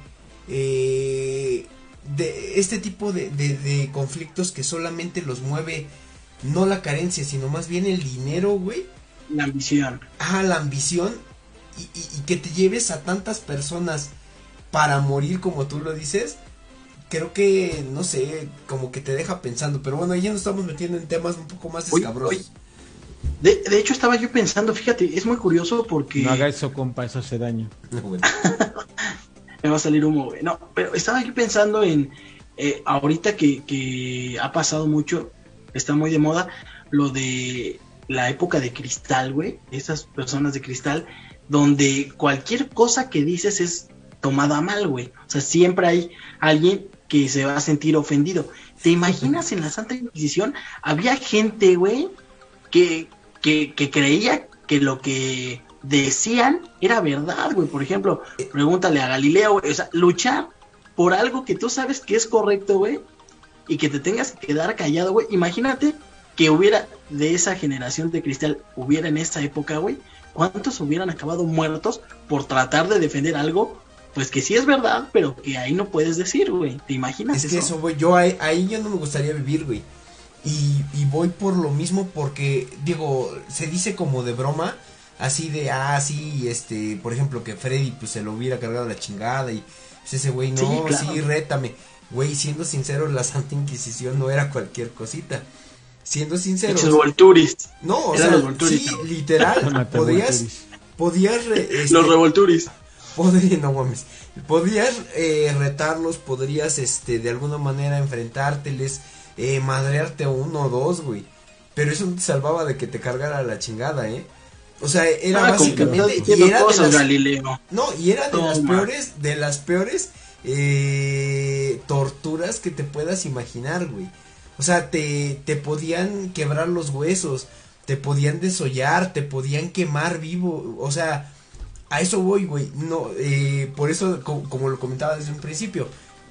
de este tipo de conflictos que solamente los mueve, no la carencia, sino más bien el dinero, güey. La ambición. Ajá, la ambición, y que te lleves a tantas personas para morir, como tú lo dices, creo que, no sé, como que te deja pensando, pero bueno, ya nos estamos metiendo en temas un poco más escabrosos. De hecho, estaba yo pensando, fíjate, es muy curioso porque... No haga eso, compa, eso hace daño. No, bueno. Me va a salir humo, güey. No, pero estaba yo pensando en... ahorita que ha pasado mucho, está muy de moda, lo de la época de cristal, güey. Esas personas de cristal, donde cualquier cosa que dices es tomada mal, güey. O sea, siempre hay alguien que se va a sentir ofendido. ¿Te imaginas en la Santa Inquisición? Había gente, güey, que creía que lo que decían era verdad, güey. Por ejemplo, pregúntale a Galileo, güey. O sea, luchar por algo que tú sabes que es correcto, güey, y que te tengas que quedar callado, güey. Imagínate que hubiera de esa generación de cristal, hubiera en esta época, güey, ¿cuántos hubieran acabado muertos por tratar de defender algo? Pues que sí es verdad, pero que ahí no puedes decir, güey. ¿Te imaginas eso? Es que eso, güey, yo ahí yo no me gustaría vivir, güey. Y voy por lo mismo porque, digo, se dice como de broma, así de, sí, por ejemplo, que Freddy pues se lo hubiera cargado la chingada y pues ese güey, no, sí, claro. Sí, rétame. Güey, siendo sincero, la Santa Inquisición no era cualquier cosita. Siendo sincero. Los Volturis. No, o sea, sí, literal, podías los Revolturis. No mames. Podías retarlos, podrías de alguna manera enfrentárteles, madrearte a uno o dos, güey. Pero eso no te salvaba de que te cargara la chingada, O sea, era básicamente y era cosas, Galileo. No, y era de las peores torturas que te puedas imaginar, güey. O sea, te podían quebrar los huesos, te podían desollar, te podían quemar vivo, o sea, a eso voy, güey. No, por eso, como lo comentaba desde un principio,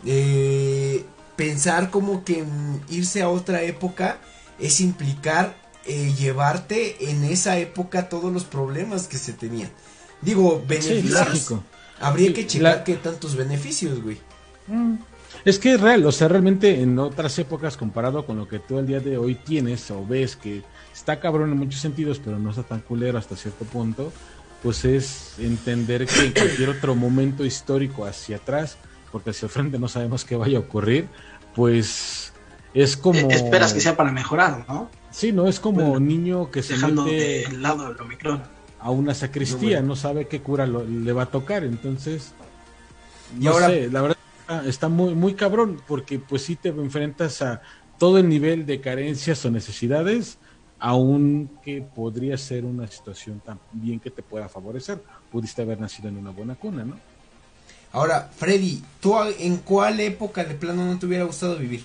pensar como que irse a otra época es implicar llevarte en esa época todos los problemas que se tenían. Digo, beneficios. Sí, habría que checar qué tantos beneficios, güey. Es que es real, o sea, realmente en otras épocas comparado con lo que tú el día de hoy tienes o ves que está cabrón en muchos sentidos, pero no está tan culero hasta cierto punto, pues es entender que en cualquier otro momento histórico hacia atrás, porque hacia el frente no sabemos qué vaya a ocurrir, pues es como... Esperas que sea para mejorar, ¿no? Sí, no, es como un niño que se mete del lado del Omicron a una sacristía, no sabe qué cura le va a tocar, entonces no sé, la verdad está muy muy cabrón, porque pues sí te enfrentas a todo el nivel de carencias o necesidades, aunque podría ser una situación también que te pueda favorecer. Pudiste haber nacido en una buena cuna, ¿no? Ahora, Freddy, ¿tú en cuál época de plano no te hubiera gustado vivir?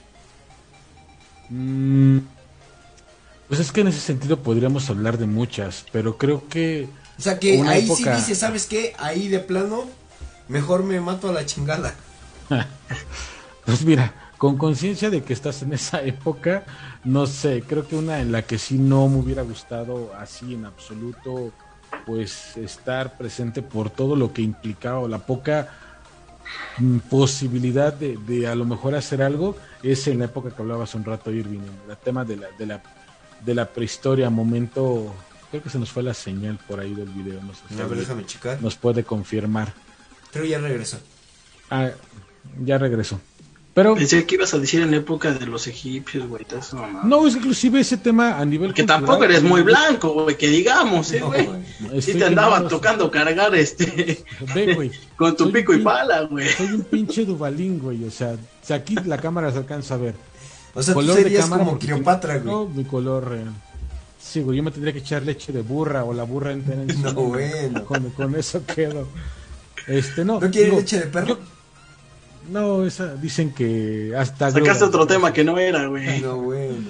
Pues es que en ese sentido podríamos hablar de muchas, pero creo que... O sea que ahí época... sí dices, ¿sabes qué? Ahí de plano, mejor me mato a la chingada. Pues mira, con conciencia de que estás en esa época, no sé, creo que una en la que sí no me hubiera gustado así en absoluto, pues estar presente por todo lo que implicaba o la poca posibilidad de a lo mejor hacer algo, es en la época que hablabas un rato, Irving, el tema de la prehistoria, momento, creo que se nos fue la señal por ahí del video, no sé si a ver, déjame checar. Nos puede confirmar. Pero ya regresó. Ya regresó. Pero pensé que ibas a decir en la época de los egipcios, güey. No, es inclusive ese tema a nivel que cultural, tampoco eres muy blanco, güey, que digamos, güey. Sí te andaba tocando cargar Ve, güey. Con tu pico y pala, güey. Soy un pinche Duvalín, güey, o sea, si aquí la cámara se alcanza a ver. O sea, color tú serías como Cleopatra, güey. No, mi color real. Sí, güey, yo me tendría que echar leche de burra o la burra entera en No, bueno. Con eso quedo. ¿No quieres leche de perro? No, esa dicen que hasta... Sacaste otro tema que no era, güey. No, bueno.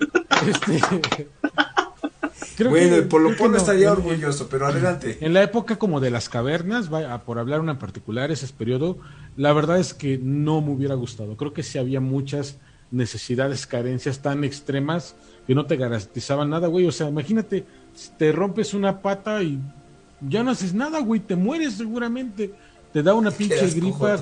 Bueno, por lo pronto estaría orgulloso, pero adelante. En la época como de las cavernas, por hablar una en particular, ese periodo, la verdad es que no me hubiera gustado. Creo que sí había muchas necesidades, carencias tan extremas que no te garantizaban nada, güey. O sea, imagínate, te rompes una pata y ya no haces nada, güey, te mueres seguramente. Te da una pinche gripa,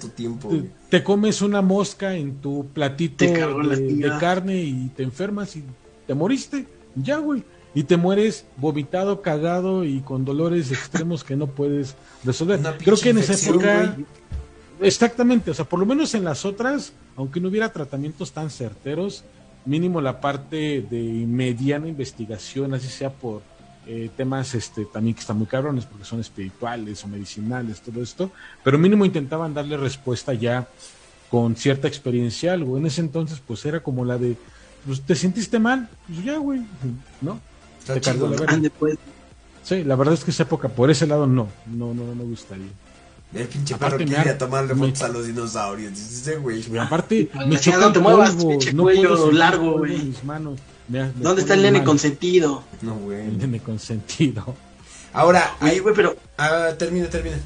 te comes una mosca en tu platito de carne y te enfermas y te moriste, ya, güey. Y te mueres vomitado, cagado y con dolores extremos que no puedes resolver. Creo que en esa época, güey. Exactamente, o sea, por lo menos en las otras, aunque no hubiera tratamientos tan certeros, mínimo la parte de mediana investigación, así sea por temas también que están muy cabrones porque son espirituales o medicinales, todo esto, pero mínimo intentaban darle respuesta ya con cierta experiencia algo. En ese entonces pues era como la de, pues, ¿te sentiste mal? Pues ya, güey, ¿no? Está te cargó la verga. Sí, la verdad es que esa época por ese lado no me gustaría. El pinche perro quería tomarle fotos a los dinosaurios. Dice, güey. Aparte, me choca no te muevas, pinche cuello largo, güey. ¿Dónde está el nene consentido? No, güey. El nene consentido. Ahora, ahí, güey, pero. Termina.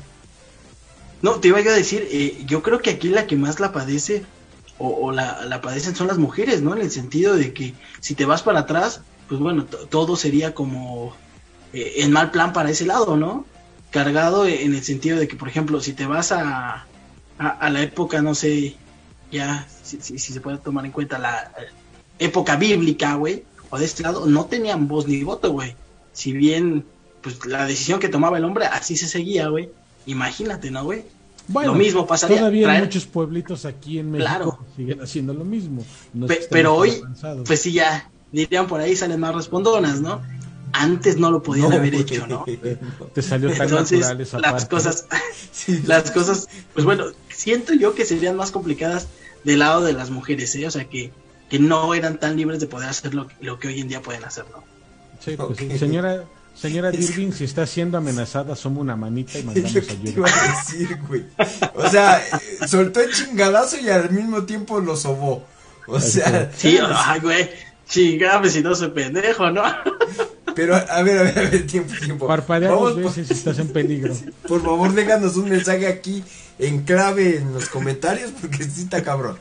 No, te iba yo a decir, yo creo que aquí la que más la padece, o la padecen son las mujeres, ¿no? En el sentido de que si te vas para atrás, pues bueno, todo sería como en mal plan para ese lado, ¿no? Cargado en el sentido de que, por ejemplo, si te vas a la época, no sé, ya, si se puede tomar en cuenta la época bíblica, güey, o de este lado, no tenían voz ni voto, güey. Si bien, pues, la decisión que tomaba el hombre, así se seguía, güey. Imagínate, ¿no, güey? Bueno, lo mismo pasaría. Todavía hay muchos pueblitos aquí en México que siguen haciendo lo mismo. No pero hoy, pues sí, ya, dirían por ahí, salen más respondonas, ¿no? Antes no lo podían haber hecho, ¿no? Te salió tan entonces, natural esa las cosas, pues bueno, siento yo que serían más complicadas del lado de las mujeres, ¿eh? O sea, que no eran tan libres de poder hacer lo que hoy en día pueden hacer, ¿no? Sí, pues sí. Señora Dirvin, si está siendo amenazada, asoma una manita y mandamos ayuda. ¿Qué iba a decir, güey? O sea, soltó el chingadazo y al mismo tiempo lo sobó. O sea... Sí, ay, güey, chingame si no soy pendejo, ¿no? Pero, a ver, tiempo. Parpadea dos veces si estás en peligro. Por favor, déjanos un mensaje aquí en clave en los comentarios, porque sí está cabrón.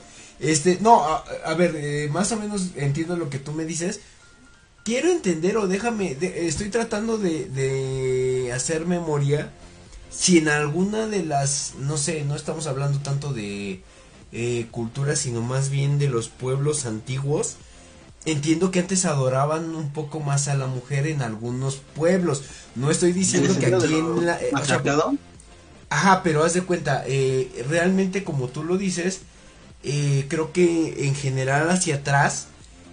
A ver, más o menos entiendo lo que tú me dices. Quiero entender, o estoy tratando de hacer memoria, si en alguna de las, no sé, no estamos hablando tanto de culturas, sino más bien de los pueblos antiguos. Entiendo que antes adoraban un poco más a la mujer en algunos pueblos. No estoy diciendo que aquí en la... ajá, pero haz de cuenta, realmente como tú lo dices, creo que en general hacia atrás,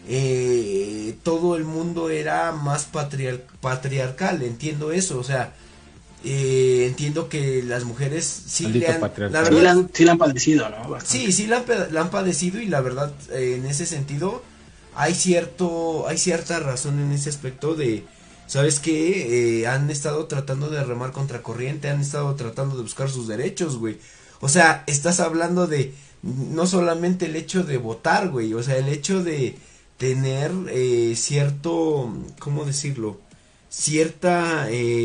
todo el mundo era más patriarcal, entiendo eso, o sea, entiendo que las mujeres sí la han padecido, ¿no? Bastante. Sí la han padecido, y la verdad, en ese sentido... Hay cierta razón en ese aspecto de, ¿sabes qué? Han estado tratando de remar contracorriente, han estado tratando de buscar sus derechos, güey. O sea, estás hablando de no solamente el hecho de votar, güey, o sea, el hecho de tener cierto, ¿cómo decirlo? Cierta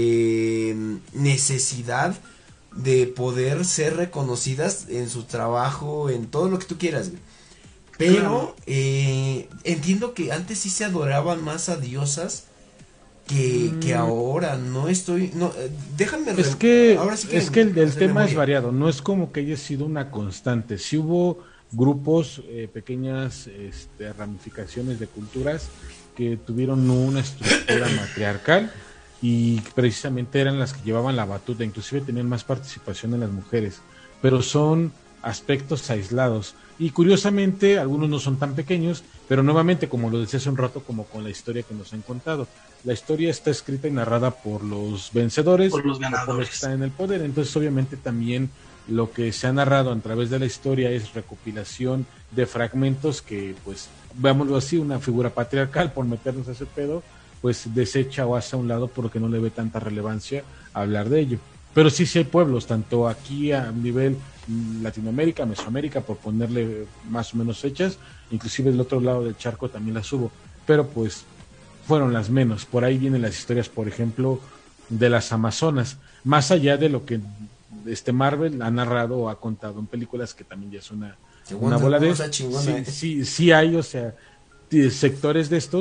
necesidad de poder ser reconocidas en su trabajo, en todo lo que tú quieras, güey. Pero entiendo que antes sí se adoraban más a diosas que ahora. Déjame ahora sí que el tema es variado, no es como que haya sido una constante. Sí hubo grupos, pequeñas ramificaciones de culturas que tuvieron una estructura matriarcal y precisamente eran las que llevaban la batuta, inclusive tenían más participación en las mujeres, pero son aspectos aislados. Y curiosamente, algunos no son tan pequeños, pero nuevamente, como lo decía hace un rato, como con la historia que nos han contado. La historia está escrita y narrada por los vencedores, por los ganadores, por los que están en el poder. Entonces, obviamente, también lo que se ha narrado a través de la historia es recopilación de fragmentos que, pues, veámoslo así, una figura patriarcal, por meternos a ese pedo, pues desecha o hace a un lado porque no le ve tanta relevancia a hablar de ello. Pero sí hay pueblos, tanto aquí a nivel Latinoamérica, Mesoamérica, por ponerle más o menos fechas, inclusive del otro lado del charco también las hubo, pero pues fueron las menos. Por ahí vienen las historias, por ejemplo, de las Amazonas, más allá de lo que Marvel ha narrado o ha contado en películas, que también ya es una bola de... Sí hay, o sea, sectores de estos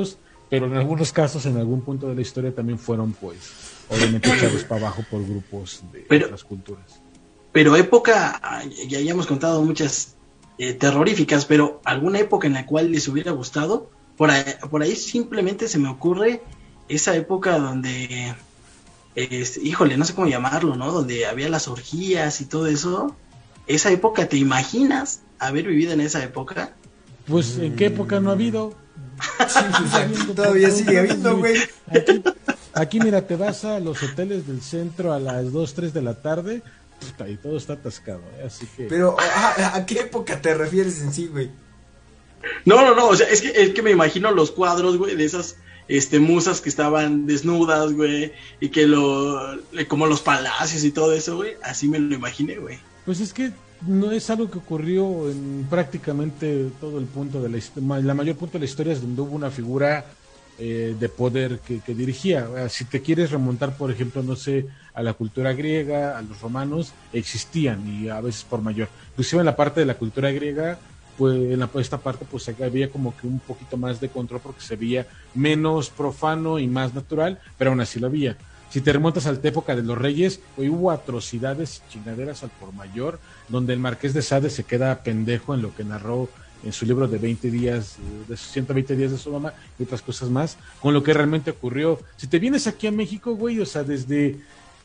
pero en algunos casos, en algún punto de la historia también fueron, pues, obviamente echados para abajo por grupos de otras culturas. Pero época, ya hemos contado muchas terroríficas, pero alguna época en la cual les hubiera gustado, por ahí simplemente se me ocurre esa época donde, híjole, no sé cómo llamarlo, ¿no? Donde había las orgías y todo eso. Esa época, ¿te imaginas haber vivido en esa época? Pues, ¿en qué época no ha habido? Sí, pues aquí todavía sigue habiendo, güey. Aquí, mira, te vas a los hoteles del centro a las 2, 3 de la tarde, puta, y todo está atascado, así que... Pero, ¿a qué época te refieres en sí, güey? No, o sea, es que me imagino los cuadros, güey, de esas musas que estaban desnudas, güey, y que como los palacios y todo eso, güey, así me lo imaginé, güey. Pues es que no es algo que ocurrió en prácticamente todo el punto de la mayor punto de la historia es donde hubo una figura de poder que dirigía. Si te quieres remontar, por ejemplo, no sé, a la cultura griega, a los romanos, existían y a veces por mayor. Inclusive en la parte de la cultura griega, pues en esta parte pues había como que un poquito más de control porque se veía menos profano y más natural, pero aún así lo había. Si te remontas a la época de los reyes, hubo atrocidades y chingaderas al por mayor, donde el Marqués de Sade se queda pendejo en lo que narró en su libro de 20 días, de 120 días de Sodoma y otras cosas más, con lo que realmente ocurrió. Si te vienes aquí a México, güey, o sea, desde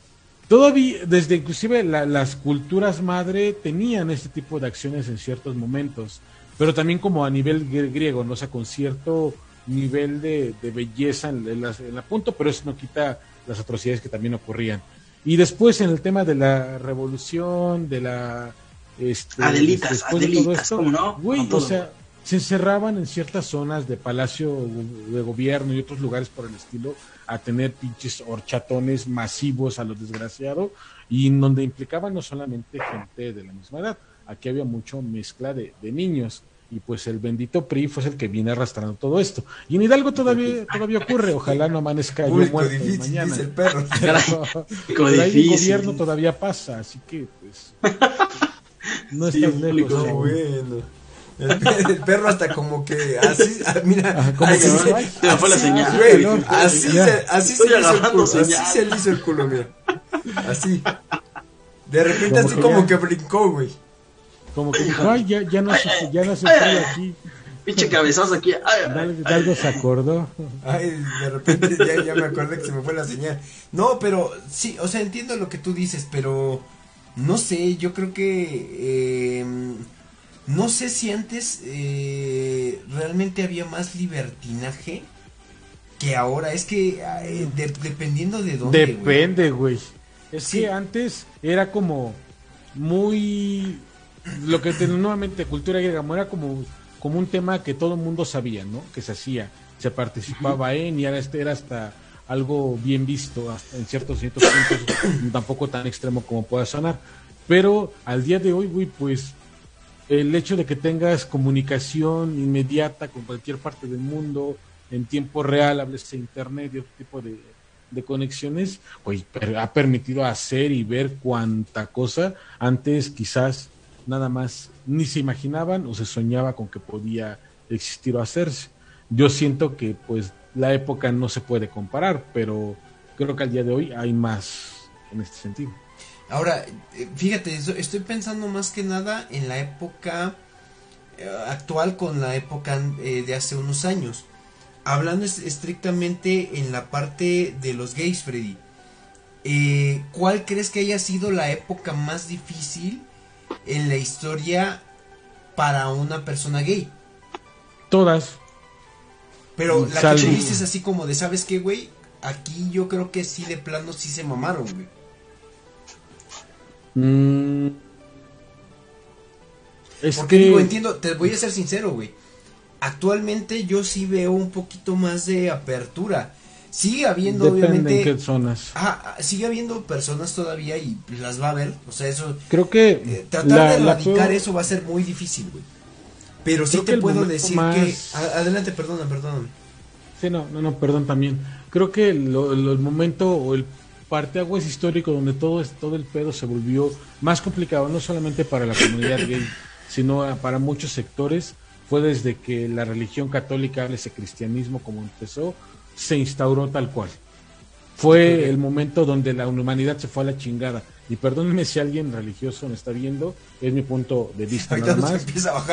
inclusive las culturas madre tenían este tipo de acciones en ciertos momentos, pero también como a nivel griego, ¿no? O sea, con cierto nivel de belleza en la punto, pero eso no quita las atrocidades que también ocurrían. Y después en el tema de la revolución, de la... Adelitas, ¿cómo no? Güey, o sea, se encerraban en ciertas zonas de palacio de gobierno y otros lugares por el estilo a tener pinches horchatones masivos a lo desgraciado y en donde implicaban no solamente gente de la misma edad, aquí había mucho mezcla de niños. Y pues el bendito PRI fue el que viene arrastrando todo esto. Y en Hidalgo todavía ocurre, ojalá no amanezca yo muerto mañana. Dice el perro. Pero ahí el gobierno todavía pasa, así que pues no es tan lejos. No, bueno. El perro hasta como que así, mira, como así que se me fue la señal. Güey, así se le hizo el culo, mira. Así. De repente como así como que brincó, güey. Como que dijo, ay, ya no se fue aquí. Pinche cabezazo aquí. Algo se acordó. Ay, de repente ya me acordé que se me fue la señal. No, pero sí, o sea, entiendo lo que tú dices, pero no sé, yo creo que no sé si antes realmente había más libertinaje que ahora. Es que dependiendo de dónde. Depende, güey. Es que antes era como muy... Lo que nuevamente cultura griega era como un tema que todo el mundo sabía, ¿no? Que se hacía, se participaba en y era hasta algo bien visto hasta en ciertos puntos, tampoco tan extremo como pueda sonar. Pero al día de hoy, güey, pues el hecho de que tengas comunicación inmediata con cualquier parte del mundo en tiempo real, hables de internet y otro tipo de conexiones, güey, ha permitido hacer y ver cuánta cosa antes quizás nada más ni se imaginaban o se soñaba con que podía existir o hacerse. Yo siento que pues la época no se puede comparar, pero creo que al día de hoy hay más en este sentido. Ahora, fíjate, estoy pensando más que nada en la época actual con la época de hace unos años. Hablando estrictamente en la parte de los gays, Freddy, ¿cuál crees que haya sido la época más difícil en la historia para una persona gay? Todas. Pero la que tú dices así como de, ¿sabes qué, güey? Aquí yo creo que sí, de plano sí se mamaron, güey. Porque digo, entiendo, te voy a ser sincero, güey. Actualmente yo sí veo un poquito más de apertura. Sigue habiendo, depende obviamente, en qué zonas. Sigue habiendo personas todavía y las va a ver. O sea, eso. Creo que tratar de erradicar eso va a ser muy difícil, güey. Pero sí te puedo decir que. Adelante, perdóname. Sí, no, perdón también. Creo que el momento o el parteaguas histórico donde todo el pedo se volvió más complicado, no solamente para la comunidad gay, sino para muchos sectores, fue desde que la religión católica, ese cristianismo como empezó, se instauró tal cual. Fue el momento donde la humanidad se fue a la chingada. Y perdónenme si alguien religioso me está viendo, es mi punto de vista nada más.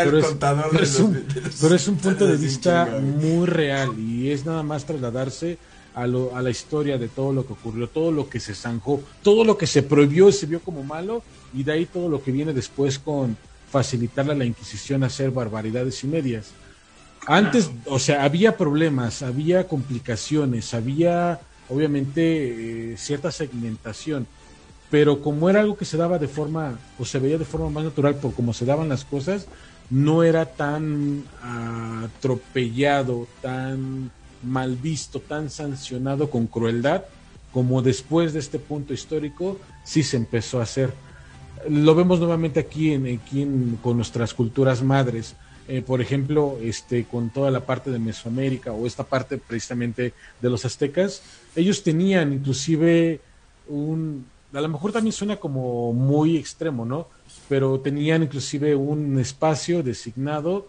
Pero es un punto de vista muy real y es nada más trasladarse a la historia de todo lo que ocurrió, todo lo que se zanjó, todo lo que se prohibió y se vio como malo, y de ahí todo lo que viene después con facilitarle a la Inquisición a hacer barbaridades y medias. Antes, o sea, había problemas, había complicaciones, había obviamente cierta segmentación, pero como era algo que se daba de forma, o se veía de forma más natural por cómo se daban las cosas, no era tan atropellado, tan mal visto, tan sancionado con crueldad, como después de este punto histórico sí se empezó a hacer. Lo vemos nuevamente aquí con nuestras culturas madres. Por ejemplo, con toda la parte de Mesoamérica o esta parte precisamente de los aztecas, ellos tenían inclusive a lo mejor también suena como muy extremo, ¿no? Pero tenían inclusive un espacio designado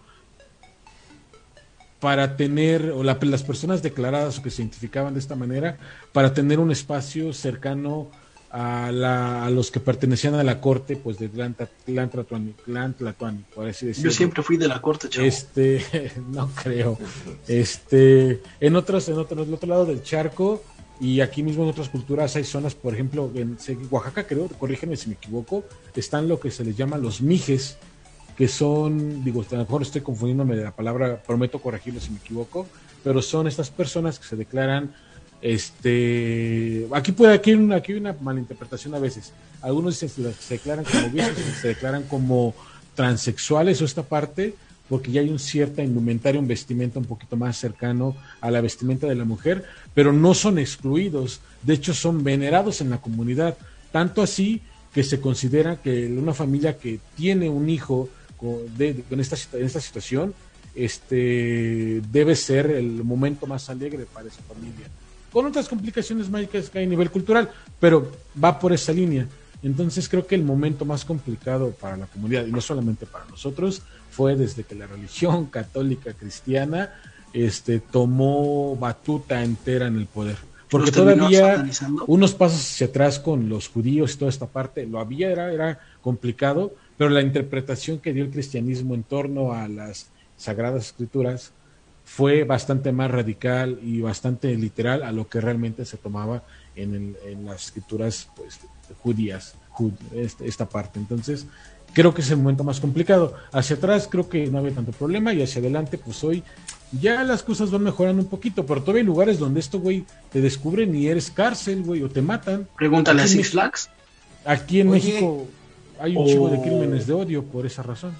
para tener, o las personas declaradas o que se identificaban de esta manera, para tener un espacio cercano a los que pertenecían a la corte, pues de Clan Tlatoani, por así decirlo. Yo siempre fui de la corte, chavo. No creo. En otro lado del charco, y aquí mismo en otras culturas hay zonas, por ejemplo, en Oaxaca, creo, corrígeme si me equivoco, están lo que se les llama los mijes, que son, digo, a lo mejor estoy confundiéndome de la palabra, prometo corregirlo si me equivoco, pero son estas personas que se declaran, aquí hay una malinterpretación a veces. Algunos dicen que se declaran como gays, se declaran como transexuales o esta parte, porque ya hay un cierta indumentaria, un vestimenta un poquito más cercano a la vestimenta de la mujer, pero no son excluidos, de hecho son venerados en la comunidad, tanto así que se considera que una familia que tiene un hijo en esta situación, debe ser el momento más alegre para esa familia, con otras complicaciones mágicas que hay a nivel cultural, pero va por esa línea. Entonces creo que el momento más complicado para la comunidad, y no solamente para nosotros, fue desde que la religión católica cristiana tomó batuta entera en el poder. Porque todavía unos pasos hacia atrás con los judíos y toda esta parte, era complicado, pero la interpretación que dio el cristianismo en torno a las sagradas escrituras fue bastante más radical y bastante literal a lo que realmente se tomaba en las escrituras pues judías, esta parte. Entonces creo que es el momento más complicado. Hacia atrás creo que no había tanto problema, y hacia adelante pues hoy ya las cosas van mejorando un poquito, pero todavía hay lugares donde esto, güey, te descubren y eres cárcel, güey, o te matan. Pregúntale a Six Flags. Aquí en México hay un chico de crímenes de odio por esa razón.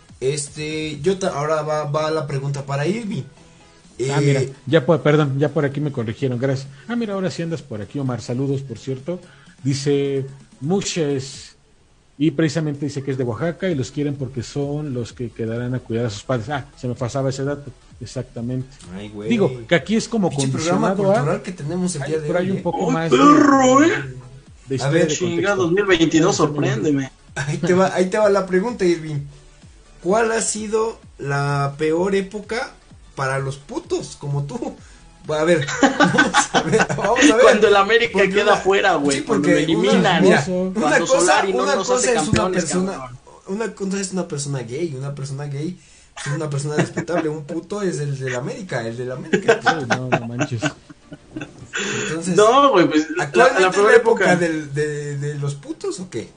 Ahora va la pregunta para Irving. Mira, ya por aquí me corrigieron, gracias. Mira, ahora sí andas por aquí, Omar, saludos, por cierto. Dice Muches, y precisamente dice que es de Oaxaca y los quieren porque son los que quedarán a cuidar a sus padres. Se me pasaba ese dato, exactamente. Ay, güey. Digo, que aquí es como condicionado programa cultural que tenemos el día de hoy. Pero hay un poco más de a ver, chinga, 2022, sorpréndeme. Ahí te va la pregunta, Irving. ¿Cuál ha sido la peor época para los putos como tú? A ver, vamos a ver. Cuando el América queda fuera, güey, sí, cuando lo eliminan. Una cosa es una persona gay, una persona respetable. Un puto es el del América, No manches. Entonces, no, güey, pues ¿actualmente la peor época de los putos o qué?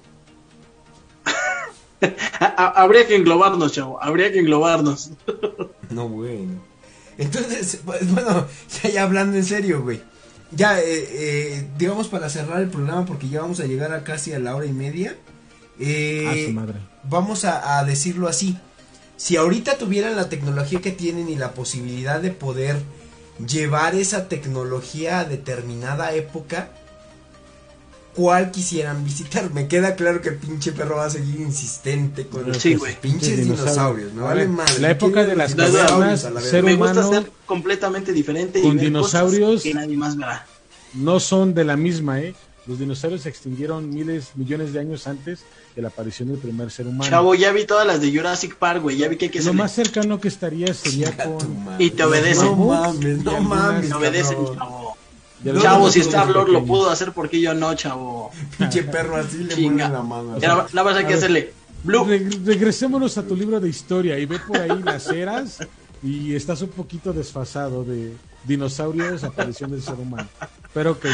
Habría que englobarnos, chavo, habría que englobarnos. No, güey. Entonces, bueno, ya hablando en serio, güey. Ya, digamos para cerrar el programa, porque ya vamos a llegar a casi a la hora y media. Su madre. Vamos a decirlo así. Si ahorita tuvieran la tecnología que tienen y la posibilidad de poder llevar esa tecnología a determinada época, ¿cuál quisieran visitar? Me queda claro que el pinche perro va a seguir insistente con los pinches dinosaurios. No vale madre. La época de las cavernas, ser me humano, gusta ser completamente diferente con y ver dinosaurios que nadie más verá. No son de la misma, Los dinosaurios se extinguieron millones de años antes de la aparición del primer ser humano. Chavo, ya vi todas las de Jurassic Park, güey, ya vi que hay que Lo más cercano que estaría sería con... Y te obedece. No mames, te obedece, cabrón. chavo. No, Chavo, si está Blor lo pudo hacer, porque yo no, chavo. Pinche perro, así le Chinga. mueve la mano. Nada más hay que hacerle Blue. Regresémonos a tu libro de historia y ve por ahí las eras y estás un poquito desfasado de dinosaurios, aparición del ser humano. Pero ok.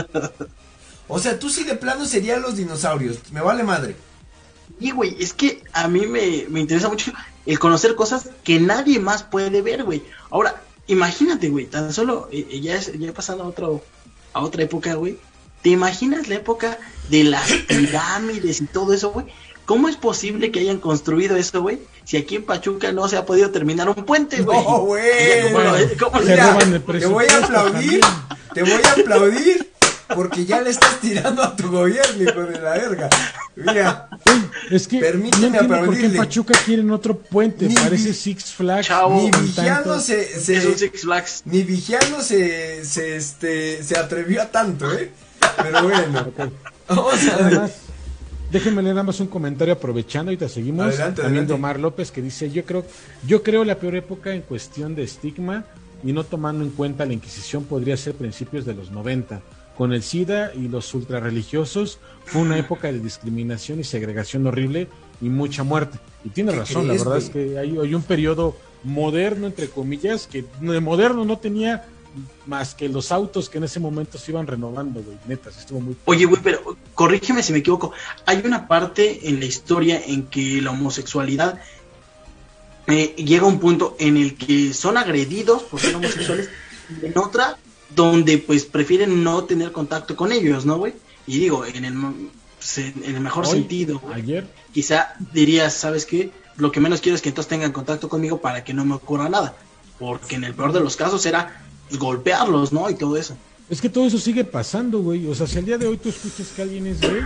O sea, tú sí de plano serían los dinosaurios. Me vale madre. Y, güey, es que a mí me interesa mucho el conocer cosas que nadie más puede ver, güey. Ahora, imagínate, güey, tan solo, ya pasando a otra época, güey. ¿Te imaginas la época de las pirámides y todo eso, güey? ¿Cómo es posible que hayan construido eso, güey? Si aquí en Pachuca no se ha podido terminar un puente, güey. No, güey. Mira, te voy a aplaudir. Te voy a aplaudir. Porque ya le estás tirando a tu gobierno, hijo de la verga. Mira, es que permíteme no entiendo por qué en aplaudirle. Pachuca quieren otro puente. Parece Six Flags. Chavo, Ni Vigiano es un Six Flags. Ni Vigiano se atrevió a tanto, Pero bueno. Okay. Vamos a ver. Además, déjenme leer nada más un comentario aprovechando y te seguimos. Adelante, También adelante. de Omar López que dice, yo creo la peor época en cuestión de estigma y no tomando en cuenta la Inquisición podría ser principios de los 90. Con el SIDA y los ultrarreligiosos fue una época de discriminación y segregación horrible y mucha muerte. Y tiene razón, la verdad es que hay un periodo moderno, entre comillas, que de moderno no tenía más que los autos que en ese momento se iban renovando, güey. Neta, estuvo muy... Oye, güey, pero corrígeme si me equivoco. Hay una parte en la historia en que la homosexualidad llega a un punto en el que son agredidos por ser homosexuales, y en otra donde pues prefieren no tener contacto con ellos, ¿no, güey? Y digo, en el mejor sentido, güey, ayer quizá dirías, ¿sabes qué? Lo que menos quiero es que entonces tengan contacto conmigo para que no me ocurra nada, porque en el peor de los casos era golpearlos, ¿no? Y todo eso. Es que todo eso sigue pasando, güey. O sea, si al día de hoy tú escuchas que alguien es gay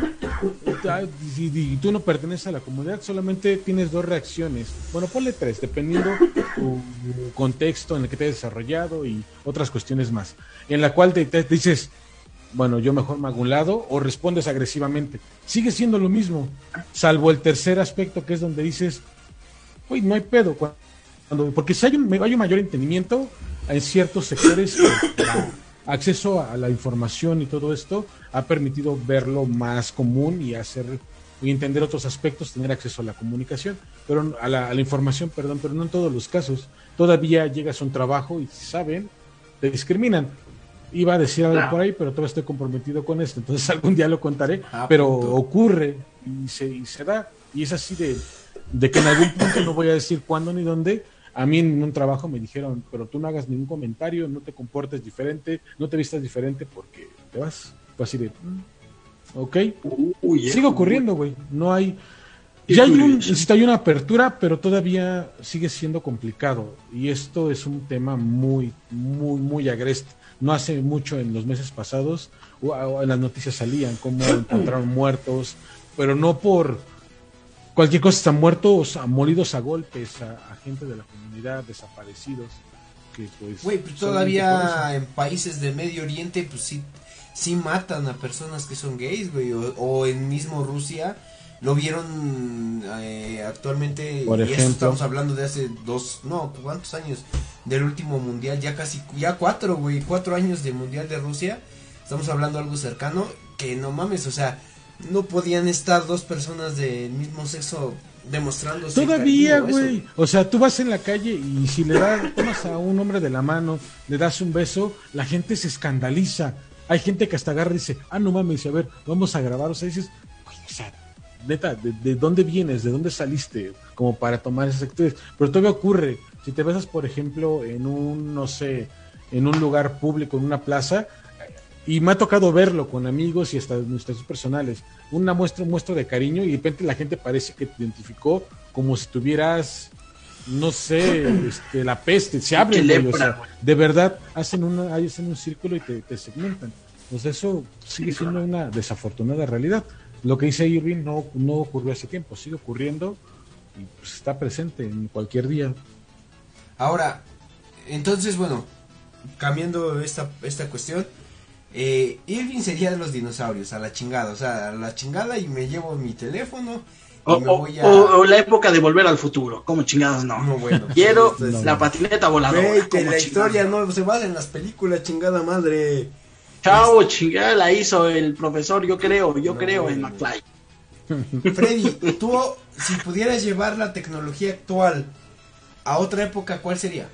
y tú no perteneces a la comunidad, solamente tienes 2 reacciones. Bueno, ponle 3, dependiendo tu contexto en el que te has desarrollado y otras cuestiones más. En la cual te dices, bueno, yo mejor me hago un lado, o respondes agresivamente. Sigue siendo lo mismo, salvo el tercer aspecto, que es donde dices, güey, no hay pedo. Porque si hay un mayor entendimiento en ciertos sectores, acceso a la información y todo esto ha permitido verlo más común y entender otros aspectos, tener acceso a la comunicación, pero a la información, perdón, pero no en todos los casos. Todavía llegas a un trabajo y si saben, te discriminan. Iba a decir algo por ahí, pero todavía estoy comprometido con esto, entonces algún día lo contaré, pero ocurre y se da, y es así de que en algún punto, no voy a decir cuándo ni dónde. A mí en un trabajo me dijeron, pero tú no hagas ningún comentario, no te comportes diferente, no te vistas diferente porque te vas. Fue así de, ok. Sigue ocurriendo, güey. No hay... Ya hay una apertura, pero todavía sigue siendo complicado. Y esto es un tema muy, muy, muy agreste. No hace mucho, en los meses pasados, en las noticias salían cómo encontraron muertos, pero no por... Cualquier cosa, están muertos, molidos a golpes, a gente de la comunidad, desaparecidos. Que pues. Güey, pues todavía en países del Medio Oriente, pues sí matan a personas que son gays, güey. O en mismo Rusia, lo vieron actualmente. Por ejemplo. Eso estamos hablando de hace ¿cuántos años? Del último mundial, ya 4, güey, 4 años de mundial de Rusia. Estamos hablando de algo cercano, que no mames, o sea. No podían estar 2 personas del mismo sexo demostrándose todavía, güey. O sea, tú vas en la calle y si tomas a un hombre de la mano, le das un beso, la gente se escandaliza. Hay gente que hasta agarra y dice, no mames, a ver, vamos a grabar. O sea, dices, o sea, neta, ¿de dónde vienes? ¿De dónde saliste? Como para tomar esas actitudes. Pero todavía ocurre. Si te besas, por ejemplo, en en un lugar público, en una plaza. Y me ha tocado verlo con amigos y hasta nuestros personales. Una muestra de cariño y de repente la gente parece que te identificó como si tuvieras, no sé, la peste. Se abre, güey, o sea, de verdad hacen un círculo y te segmentan. Pues eso sigue siendo una desafortunada realidad. Lo que dice Irving no ocurrió hace tiempo, sigue ocurriendo y pues está presente en cualquier día. Ahora, entonces, bueno, cambiando esta cuestión. Irving sería de los dinosaurios, a la chingada, o sea, a la chingada, y me llevo mi teléfono. O la época de Volver al Futuro, como chingados no. No, bueno. Quiero la patineta voladora. Güey, que la historia no se basa en las películas, chingada madre. Chao, chingada, la hizo el profesor, yo creo en McFly. Freddy, tú, si pudieras llevar la tecnología actual a otra época, ¿cuál sería?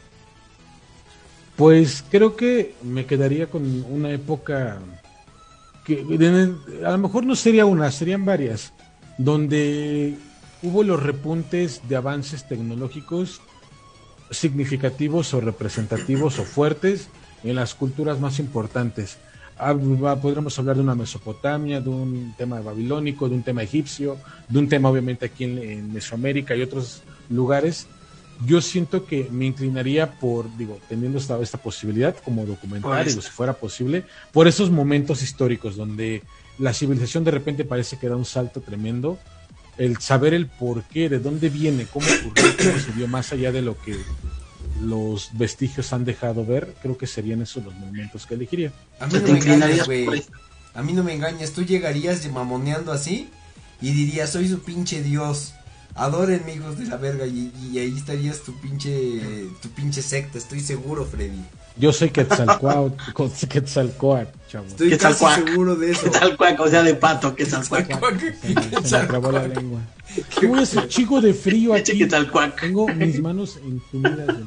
Pues creo que me quedaría con una época que a lo mejor no sería una, serían varias, donde hubo los repuntes de avances tecnológicos significativos o representativos o fuertes en las culturas más importantes. Podremos hablar de una Mesopotamia, de un tema babilónico, de un tema egipcio, de un tema obviamente aquí en Mesoamérica y otros lugares. Yo siento que me inclinaría por, teniendo esta posibilidad como documental, si fuera posible, por esos momentos históricos donde la civilización de repente parece que da un salto tremendo, el saber el porqué, de dónde viene, cómo ocurrió, cómo se dio, más allá de lo que los vestigios han dejado ver, creo que serían esos los momentos que elegiría. A mí no me engañas, güey. A mí no me engañas, tú llegarías mamoneando así y dirías, soy su pinche dios. Adórenme, hijos de la verga, y ahí estarías tu pinche secta, estoy seguro, Freddy. Yo soy Quetzalcóatl, chavo. Estoy casi seguro de eso. Quetzalcóatl, o sea, de pato, Quetzalcóatl. Se me trabó la lengua. ¿Qué voy a hacer, chico de frío aquí? Quetzalcóatl. Tengo mis manos entumidas del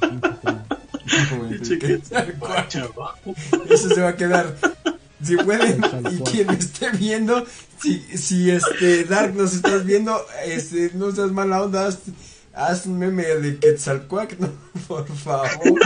pinche Quetzalcóatl. Eso se va a quedar. Si pueden, y quien me esté viendo, si Dark nos estás viendo, no seas mala onda, haz un meme de Quetzalcóatl, no, por favor.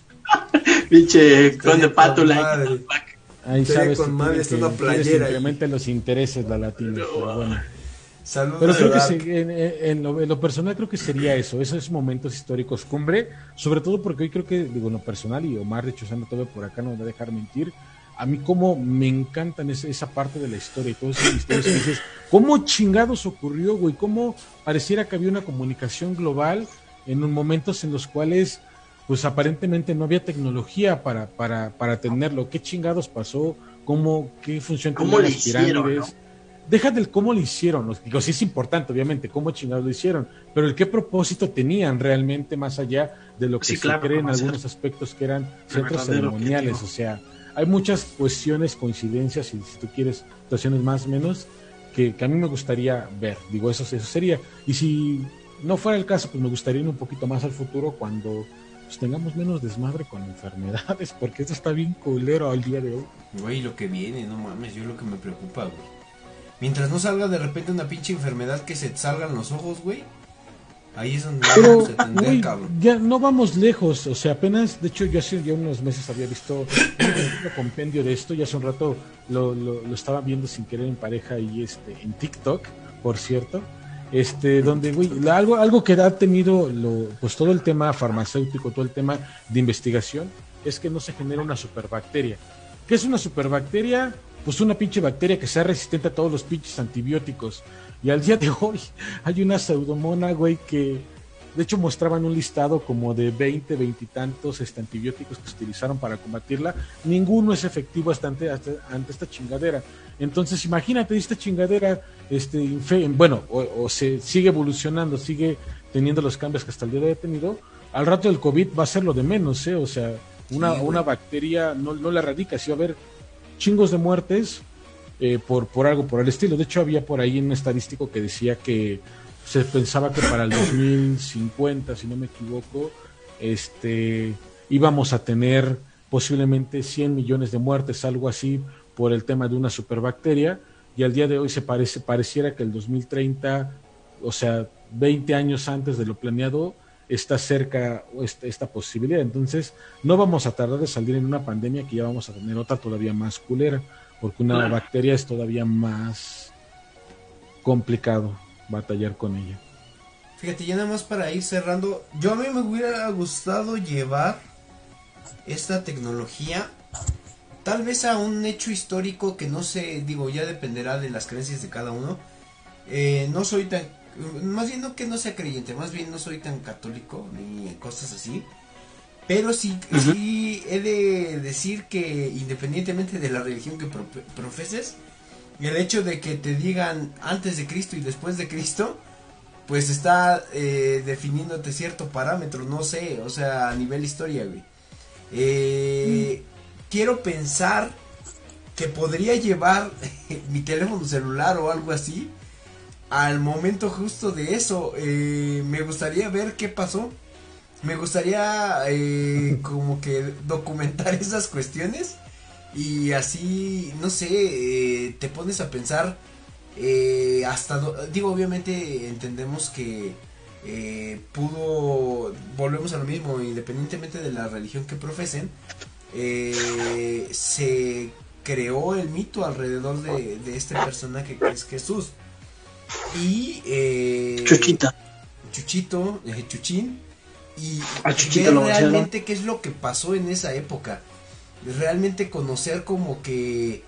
Pinche con de pátula. Ahí sabes con madre, es una playera. Simplemente los intereses la latina, pero bueno. Saludos. Pero creo que en lo personal creo que sería esos momentos históricos cumbre, sobre todo porque hoy creo que, en lo personal, y Omar de Chuzano todo por acá no me va a dejar mentir, a mí como me encantan esa parte de la historia y todos esos misterios que dices, ¿cómo chingados ocurrió, güey? ¿Cómo pareciera que había una comunicación global en momentos en los cuales, pues aparentemente no había tecnología para tenerlo? ¿Qué chingados pasó? ¿Qué función tenían las pirámides? ¿No? Deja del cómo lo hicieron, digo, sí es importante, obviamente, cómo chingados lo hicieron, pero el qué propósito tenían realmente más allá de lo que se cree en algunos aspectos que eran centros ceremoniales, objetivo. O sea, hay muchas cuestiones, coincidencias, y si tú quieres, situaciones más o menos, que a mí me gustaría ver. Digo, eso sería. Y si no fuera el caso, pues me gustaría ir un poquito más al futuro cuando pues, tengamos menos desmadre con enfermedades, porque eso está bien culero al día de hoy. Güey, lo que viene, no mames, yo lo que me preocupa, güey. Mientras no salga de repente una pinche enfermedad que se te salgan los ojos, güey. Ahí es donde vamos a atender, cabrón. Ya no vamos lejos, o sea, apenas, de hecho yo hace ya unos meses había visto un compendio de esto, y hace un rato lo estaba viendo sin querer en pareja y en TikTok, por cierto, donde, güey, algo que ha tenido pues todo el tema farmacéutico, todo el tema de investigación, es que no se genera una superbacteria. ¿Qué es una superbacteria? Pues una pinche bacteria que sea resistente a todos los pinches antibióticos. Y al día de hoy hay una pseudomona, güey, que de hecho mostraban un listado como de 20 y tantos antibióticos que se utilizaron para combatirla. Ninguno es efectivo ante esta chingadera. Entonces imagínate, esta chingadera o se sigue evolucionando, sigue teniendo los cambios que hasta el día de hoy ha tenido. Al rato del COVID va a ser lo de menos, o sea, una bacteria no la erradica, sí va a haber chingos de muertes por algo por el estilo. De hecho había por ahí un estadístico que decía que se pensaba que para el 2050, si no me equivoco, íbamos a tener posiblemente 100 millones de muertes, algo así, por el tema de una superbacteria, y al día de hoy pareciera que el 2030, o sea, 20 años antes de lo planeado, está cerca esta posibilidad. Entonces no vamos a tardar de salir en una pandemia, que ya vamos a tener otra todavía más culera, porque una bacteria es todavía más complicado batallar con ella. Fíjate, ya nada más para ir cerrando, a mí me hubiera gustado llevar esta tecnología tal vez a un hecho histórico que no sé, ya dependerá de las creencias de cada uno. No soy tan, más bien no que no sea creyente, más bien no soy tan católico ni cosas así, Pero sí he de decir que independientemente de la religión que profeses, el hecho de que te digan antes de Cristo y después de Cristo, pues está definiéndote cierto parámetro, no sé, o sea, a nivel historia, güey. Quiero pensar que podría llevar mi teléfono celular o algo así al momento justo de eso. Me gustaría ver qué pasó. Me gustaría como que documentar esas cuestiones y así, no sé, te pones a pensar digo, obviamente entendemos que volvemos a lo mismo, independientemente de la religión que profesen, se creó el mito alrededor de este personaje que es Jesús y Chuchín, y ver realmente qué es lo que pasó en esa época, realmente conocer como que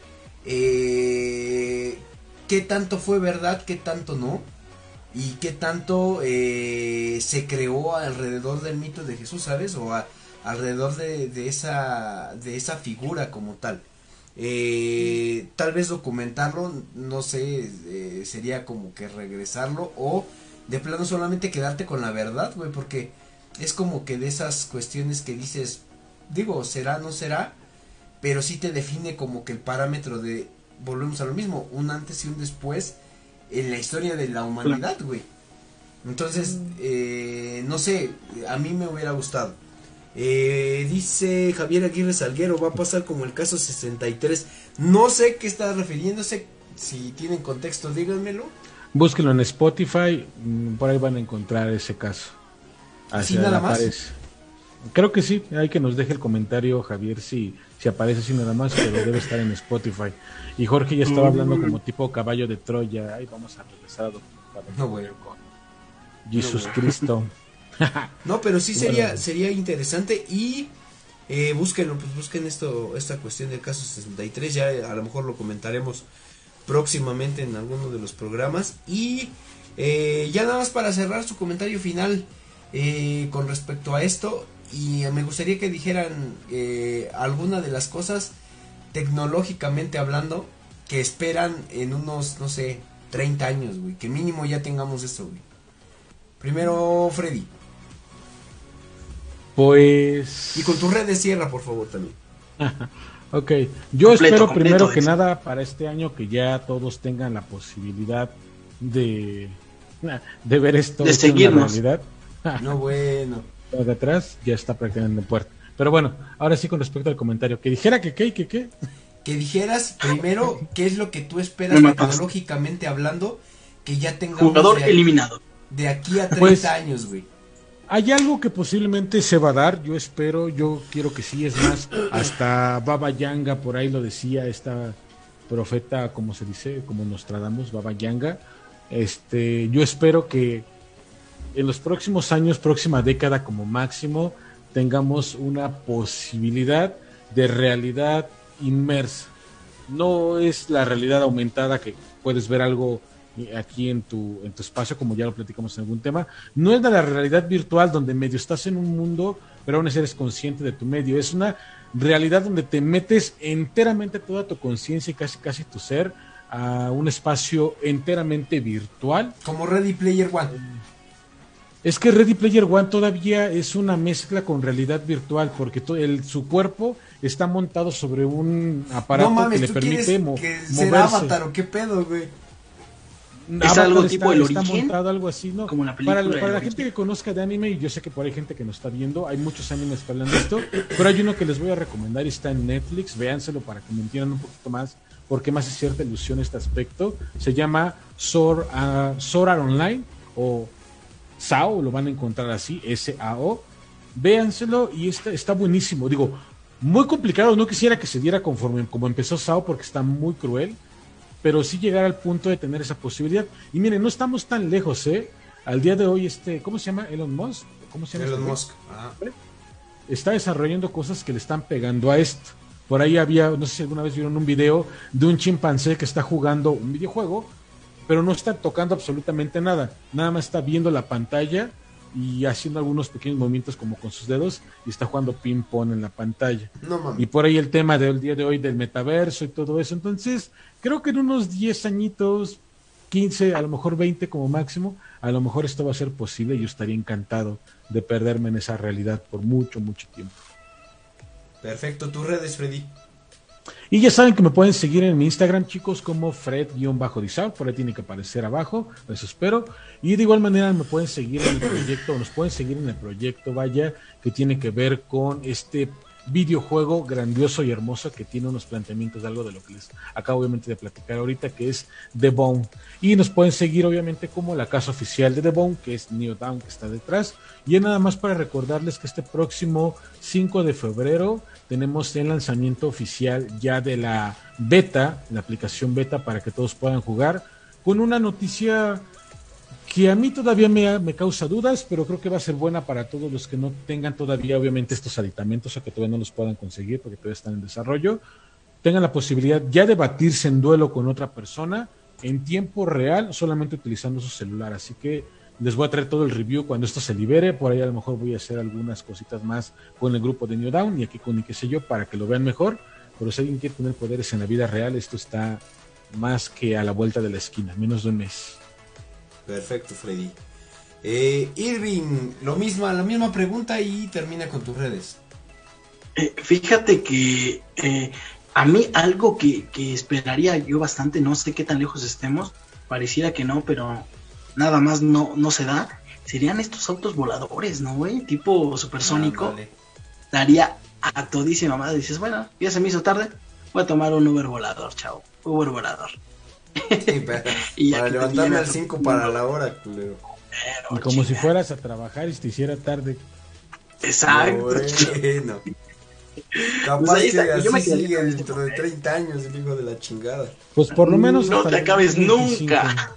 qué tanto fue verdad, qué tanto no, y qué tanto se creó alrededor del mito de Jesús, ¿sabes? O alrededor de esa figura como tal. Tal vez documentarlo, no sé, sería como que regresarlo, o de plano solamente quedarte con la verdad, güey, porque es como que de esas cuestiones que dices, digo, será, no será, pero sí te define como que el parámetro de, volvemos a lo mismo, un antes y un después en la historia de la humanidad, güey. Entonces, no sé, a mí me hubiera gustado. Dice Javier Aguirre Salguero, va a pasar como el caso 63. No sé qué está refiriéndose, si tienen contexto díganmelo. Búsquenlo en Spotify, por ahí van a encontrar ese caso. ¿Así nada más? Creo que sí, hay que nos deje el comentario, Javier, si aparece así nada más, pero debe estar en Spotify. Y Jorge ya estaba hablando como tipo caballo de Troya. Ahí vamos a regresar a no, bueno. con Jesús Cristo. No, pero sí sería interesante y búsquenlo, pues busquen esta cuestión del caso 63, ya a lo mejor lo comentaremos próximamente en alguno de los programas. Y ya nada más para cerrar su comentario final con respecto a esto, y me gustaría que dijeran alguna de las cosas tecnológicamente hablando que esperan en unos, no sé, 30 años, güey, que mínimo ya tengamos eso, güey. Primero, Freddy. Pues... Y con tus redes cierra, por favor, también. Ok, yo espero primero que nada para este año que ya todos tengan la posibilidad de ver esto de seguirnos. En la realidad. No, bueno. De atrás ya está prácticamente en puerta. Pero bueno, ahora sí con respecto al comentario. Que dijera que qué. Que dijeras primero qué es lo que tú esperas tecnológicamente hablando que ya tengamos. Jugador eliminado. De aquí a 30 años, güey. Hay algo que posiblemente se va a dar, yo espero, yo quiero que sí, es más, hasta Baba Yanga por ahí lo decía, esta profeta, como se dice, como Nostradamus, Baba Yanga. Yo espero que en los próximos años, próxima década como máximo, tengamos una posibilidad de realidad inmersa. No es la realidad aumentada que puedes ver algo aquí en tu espacio, como ya lo platicamos en algún tema. No es de la realidad virtual donde medio estás en un mundo, pero aún eres consciente de tu medio. Es una realidad donde te metes enteramente toda tu conciencia y casi tu ser a un espacio enteramente virtual. Como Ready Player One. Es que Ready Player One todavía es una mezcla con realidad virtual, porque su cuerpo está montado sobre un aparato que le permite moverse. ¿Será Avatar o qué pedo, güey? ¿Es algo tipo el origen? Está montado algo así, ¿no? Como la película para la gente que conozca de anime, y yo sé que por ahí hay gente que nos está viendo, hay muchos animes que hablan de esto, pero hay uno que les voy a recomendar y está en Netflix, véanselo para que me entiendan un poquito más porque más es cierta ilusión este aspecto. Se llama Sword Art Online o SAO, lo van a encontrar así, SAO. Véanselo y está buenísimo. Digo, muy complicado, no quisiera que se diera conforme como empezó SAO porque está muy cruel, pero sí llegar al punto de tener esa posibilidad. Y miren, no estamos tan lejos, al día de hoy, ¿cómo se llama? Elon Musk. ¿Cómo se llama? Elon Musk. Está desarrollando cosas que le están pegando a esto. Por ahí había, no sé si alguna vez vieron un video de un chimpancé que está jugando un videojuego, pero no está tocando absolutamente nada. Nada más está viendo la pantalla y haciendo algunos pequeños movimientos como con sus dedos y está jugando ping pong en la pantalla. No mames. Y por ahí el tema del día de hoy del metaverso y todo eso. Entonces, creo que en unos 10 añitos, 15, a lo mejor 20 como máximo, a lo mejor esto va a ser posible y yo estaría encantado de perderme en esa realidad por mucho, mucho tiempo. Perfecto, tus redes, Freddy. Y ya saben que me pueden seguir en mi Instagram, chicos, como Fred-Disal, por ahí tiene que aparecer abajo, eso espero. Y de igual manera me pueden seguir en el proyecto, nos pueden seguir en el proyecto, vaya, que tiene que ver con este videojuego grandioso y hermoso que tiene unos planteamientos de algo de lo que les acabo obviamente de platicar ahorita, que es The Bone. Y nos pueden seguir obviamente como la casa oficial de The Bone, que es Neo Down, que está detrás. Y nada más para recordarles que este próximo 5 de febrero tenemos el lanzamiento oficial ya de la beta, la aplicación beta, para que todos puedan jugar, con una noticia que a mí todavía me causa dudas, pero creo que va a ser buena para todos los que no tengan todavía obviamente estos aditamentos, o que todavía no los puedan conseguir porque todavía están en desarrollo, tengan la posibilidad ya de batirse en duelo con otra persona en tiempo real, solamente utilizando su celular. Así que les voy a traer todo el review cuando esto se libere. Por ahí a lo mejor voy a hacer algunas cositas más con el grupo de New Down y aquí con y qué sé yo, para que lo vean mejor. Pero si alguien quiere tener poderes en la vida real, esto está más que a la vuelta de la esquina, menos de un mes. Perfecto, Freddy. Irving, la misma pregunta y termina con tus redes. Fíjate que a mí algo que esperaría yo bastante, no sé qué tan lejos estemos, pareciera que no, pero nada más no se da, serían estos autos voladores, ¿no, güey? Tipo supersónico. Vale. Daría a todísima madre. Dices, bueno, ya se me hizo tarde, voy a tomar un Uber volador, chao. Uber volador. Sí, para levantarme al 5 para la hora, culero. Y como si fueras a trabajar y te hiciera tarde. Exacto. Bueno. Capaz pues que así sigue dentro de 30 años el hijo de la chingada. Pues por lo menos no te acabes nunca.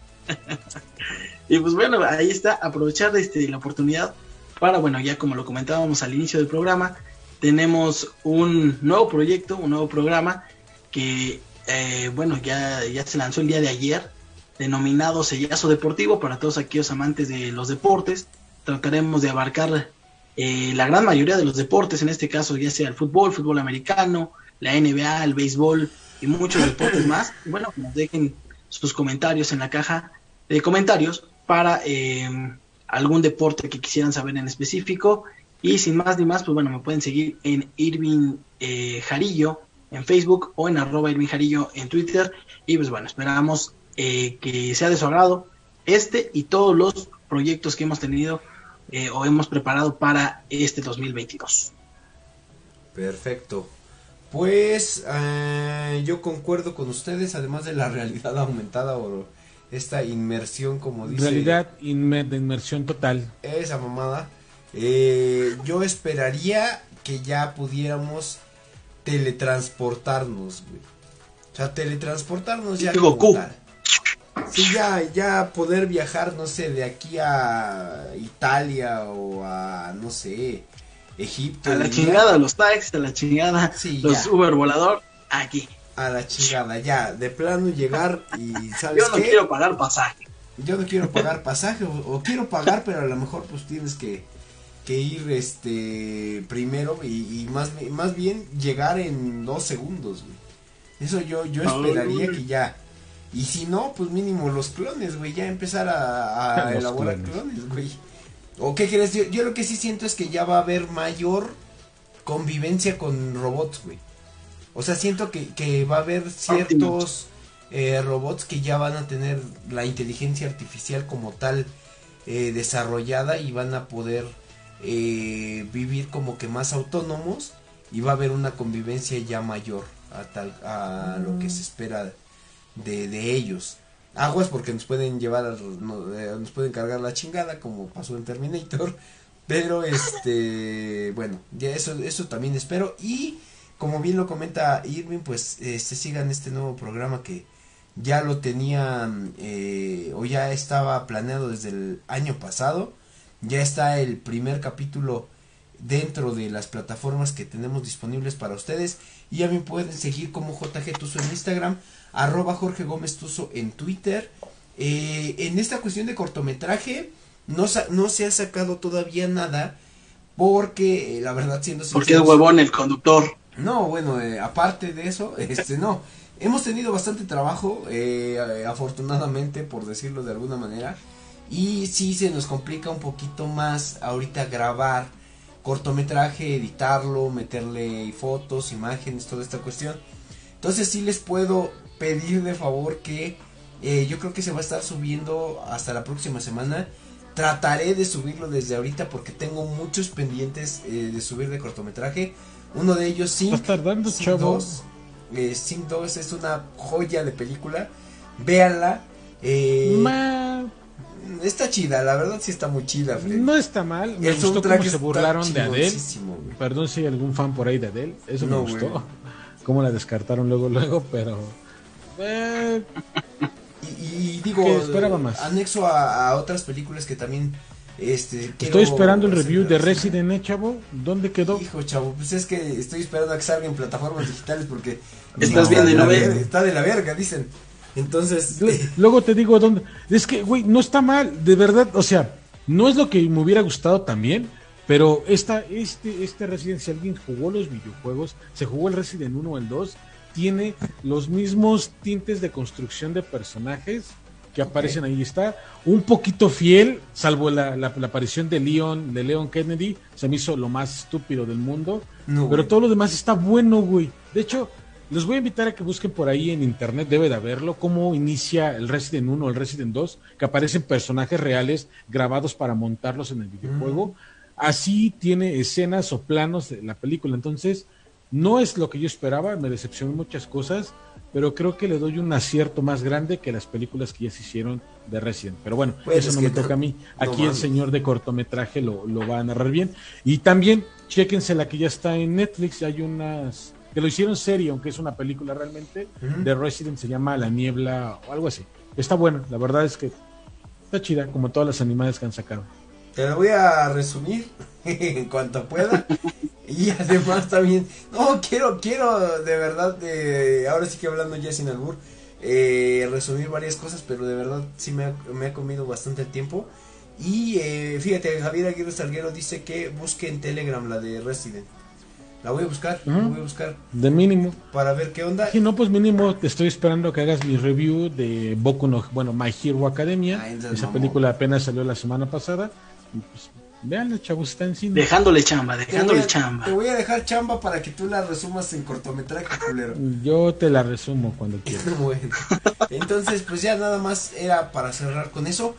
Y pues bueno, ahí está, aprovechar la oportunidad para, bueno, ya como lo comentábamos al inicio del programa, tenemos un nuevo proyecto, un nuevo programa que bueno, ya se lanzó el día de ayer, denominado Sellazo Deportivo, para todos aquellos amantes de los deportes. Trataremos de abarcar la gran mayoría de los deportes, en este caso ya sea el fútbol americano, la NBA, el béisbol y muchos deportes más. Y bueno, nos dejen sus comentarios en la caja de comentarios para algún deporte que quisieran saber en específico. Y sin más ni más, pues bueno, me pueden seguir en Irving Jarillo en Facebook o en @Irving Jarillo en Twitter. Y pues bueno, esperamos que sea de su agrado y todos los proyectos que hemos tenido o hemos preparado para este 2022. Perfecto. Pues yo concuerdo con ustedes, además de la realidad aumentada o esta inmersión, como dice. Realidad de inmersión total. Esa mamada. Yo esperaría que ya pudiéramos teletransportarnos, güey. O sea, teletransportarnos ya como Goku. tal. Sí, ya poder viajar, no sé, de aquí a Italia o a, no sé, Egipto. A la chingada los taxis, a la chingada sí, los ya. Uber volador, aquí. A la chingada, ya, de plano llegar y, ¿sabes Yo no qué? quiero pagar pasaje. Yo no quiero pagar pasaje, o quiero pagar, pero a lo mejor pues tienes que ir primero y más bien llegar en 2 segundos, güey. Eso yo esperaría que ya. Y si no, pues mínimo los clones, güey, ya empezar a elaborar clones, güey. ¿O qué crees? Yo lo que sí siento es que ya va a haber mayor convivencia con robots, güey. O sea, siento que va a haber ciertos robots que ya van a tener la inteligencia artificial como tal desarrollada y van a poder vivir como que más autónomos y va a haber una convivencia ya mayor a lo que se espera de ellos. Aguas porque nos pueden llevar nos pueden cargar la chingada como pasó en Terminator, pero bueno, ya eso también espero. Y como bien lo comenta Irving, pues sigan este nuevo programa que ya lo tenían o ya estaba planeado desde el año pasado. Ya está el primer capítulo dentro de las plataformas que tenemos disponibles para ustedes. Y ya me pueden seguir como JG Tuzo en Instagram, @Jorge Gómez Tuzo en Twitter. En esta cuestión de cortometraje, no se ha sacado todavía nada, porque la verdad siendo sinceros, porque es huevón el conductor. No, bueno, aparte de eso, no, hemos tenido bastante trabajo, afortunadamente, por decirlo de alguna manera, y sí se nos complica un poquito más ahorita grabar cortometraje, editarlo, meterle fotos, imágenes, toda esta cuestión. Entonces sí les puedo pedir de favor que yo creo que se va a estar subiendo hasta la próxima semana. Trataré de subirlo desde ahorita porque tengo muchos pendientes de subir de cortometraje. Uno de ellos, Sync 2. Sync 2 es una joya de película. Véanla. Está chida, la verdad sí está muy chida, Fred. No está mal, me gustó cómo se burlaron de Adele. Perdón si hay algún fan por ahí de Adele, eso no, me gustó. Güey. Cómo la descartaron luego, pero... Y digo, esperaba más. Anexo a otras películas que también... estoy esperando el review de Resident, chavo. ¿Dónde quedó? Hijo, chavo, pues es que estoy esperando a que salga en plataformas digitales porque... Estás viendo y no ves. Está de la verga, dicen. Entonces... Luego te digo dónde... Es que, güey, no está mal, de verdad, o sea, no es lo que me hubiera gustado también, pero este Resident, si alguien jugó los videojuegos, se jugó el Resident 1 o el 2, tiene los mismos tintes de construcción de personajes que aparecen ahí. Está un poquito fiel, salvo la aparición de Leon Kennedy, se me hizo lo más estúpido del mundo, pero todo lo demás está bueno, güey. De hecho, los voy a invitar a que busquen por ahí en internet, debe de haberlo, cómo inicia el Resident 1 o el Resident 2, que aparecen personajes reales grabados para montarlos en el videojuego. Así tiene escenas o planos de la película. Entonces, no es lo que yo esperaba, me decepcionó muchas cosas, pero creo que le doy un acierto más grande que las películas que ya se hicieron de Resident. Pero bueno, eso no me toca a mí. Aquí el señor de cortometraje lo va a narrar bien. Y también, chéquense la que ya está en Netflix, hay unas... que lo hicieron serie, aunque es una película realmente, de Resident, se llama La Niebla o algo así. Está buena, la verdad es que está chida, como todas las animadas que han sacado. Te lo voy a resumir en cuanto pueda. Y además también, no, quiero de verdad, ahora sí que hablando ya sin albur, resumir varias cosas, pero de verdad sí me ha comido bastante el tiempo. Y fíjate, Javier Aguirre Salguero dice que busque en Telegram la de Resident. La voy a buscar, de mínimo. Para ver qué onda. Si no, pues mínimo te estoy esperando que hagas mi review de Boku no, My Hero Academia. Esa película apenas salió la semana pasada. Y pues, veanla, chavos, está en cine. Dejándole chamba. Te voy a dejar chamba para que tú la resumas en cortometraje, culero. Yo te la resumo cuando quieras. Bueno. Entonces, pues ya nada más era para cerrar con eso.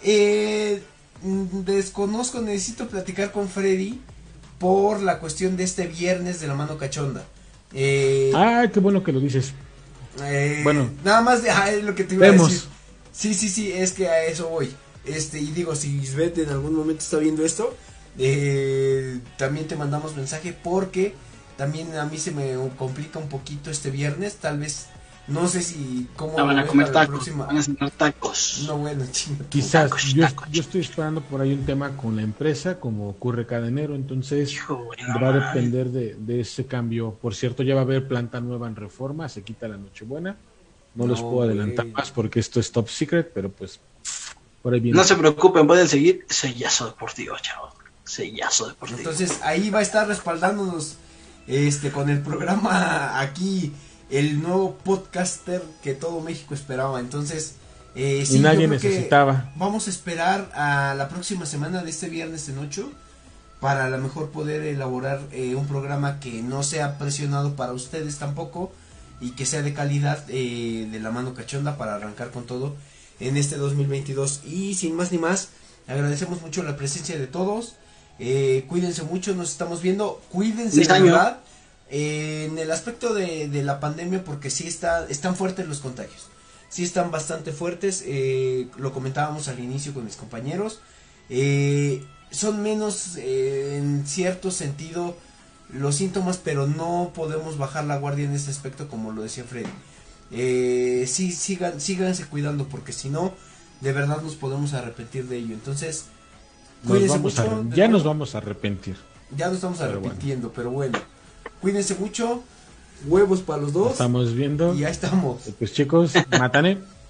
Desconozco, necesito platicar con Freddy por la cuestión de este viernes de la mano cachonda. Qué bueno que lo dices. Bueno, nada más es lo que te iba a decir. Sí, es que a eso voy. Y digo, si Isbeth en algún momento está viendo esto, también te mandamos mensaje porque también a mí se me complica un poquito este viernes, tal vez. No sé si cómo van a comer tacos, van a cenar tacos. No, bueno, chingo. Quizás yo estoy esperando por ahí un tema con la empresa, como ocurre cada enero, entonces va a depender de ese cambio. Por cierto, ya va a haber planta nueva en Reforma, se quita la Nochebuena. No les puedo adelantar más porque esto es top secret, pero pues por ahí viene. No se preocupen, pueden seguir Sellazo Deportivo, chavos. Sellazo Deportivo. Entonces ahí va a estar respaldándonos con el programa aquí el nuevo podcaster que todo México esperaba. Entonces, sí, y nadie necesitaba. Vamos a esperar a la próxima semana de este viernes en 8 para a lo mejor poder elaborar un programa que no sea presionado para ustedes tampoco y que sea de calidad, de la mano cachonda, para arrancar con todo en este 2022. Y sin más ni más, agradecemos mucho la presencia de todos. Cuídense mucho, nos estamos viendo. Cuídense, de verdad. En el aspecto de la pandemia, porque sí están fuertes los contagios, sí están bastante fuertes, lo comentábamos al inicio con mis compañeros, son menos en cierto sentido los síntomas, pero no podemos bajar la guardia en ese aspecto, como lo decía Freddy. Sí, síganse cuidando, porque si no, de verdad nos podemos arrepentir de ello. Entonces, cuídense mucho. Ya nos vamos a arrepentir. Ya nos estamos arrepintiendo, pero bueno. Cuídense mucho, huevos para los dos. Estamos viendo. Y ahí estamos. Pues chicos, Matane.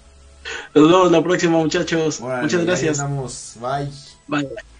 Nos vemos la próxima, muchachos. Órale, muchas gracias. Bye. Bye.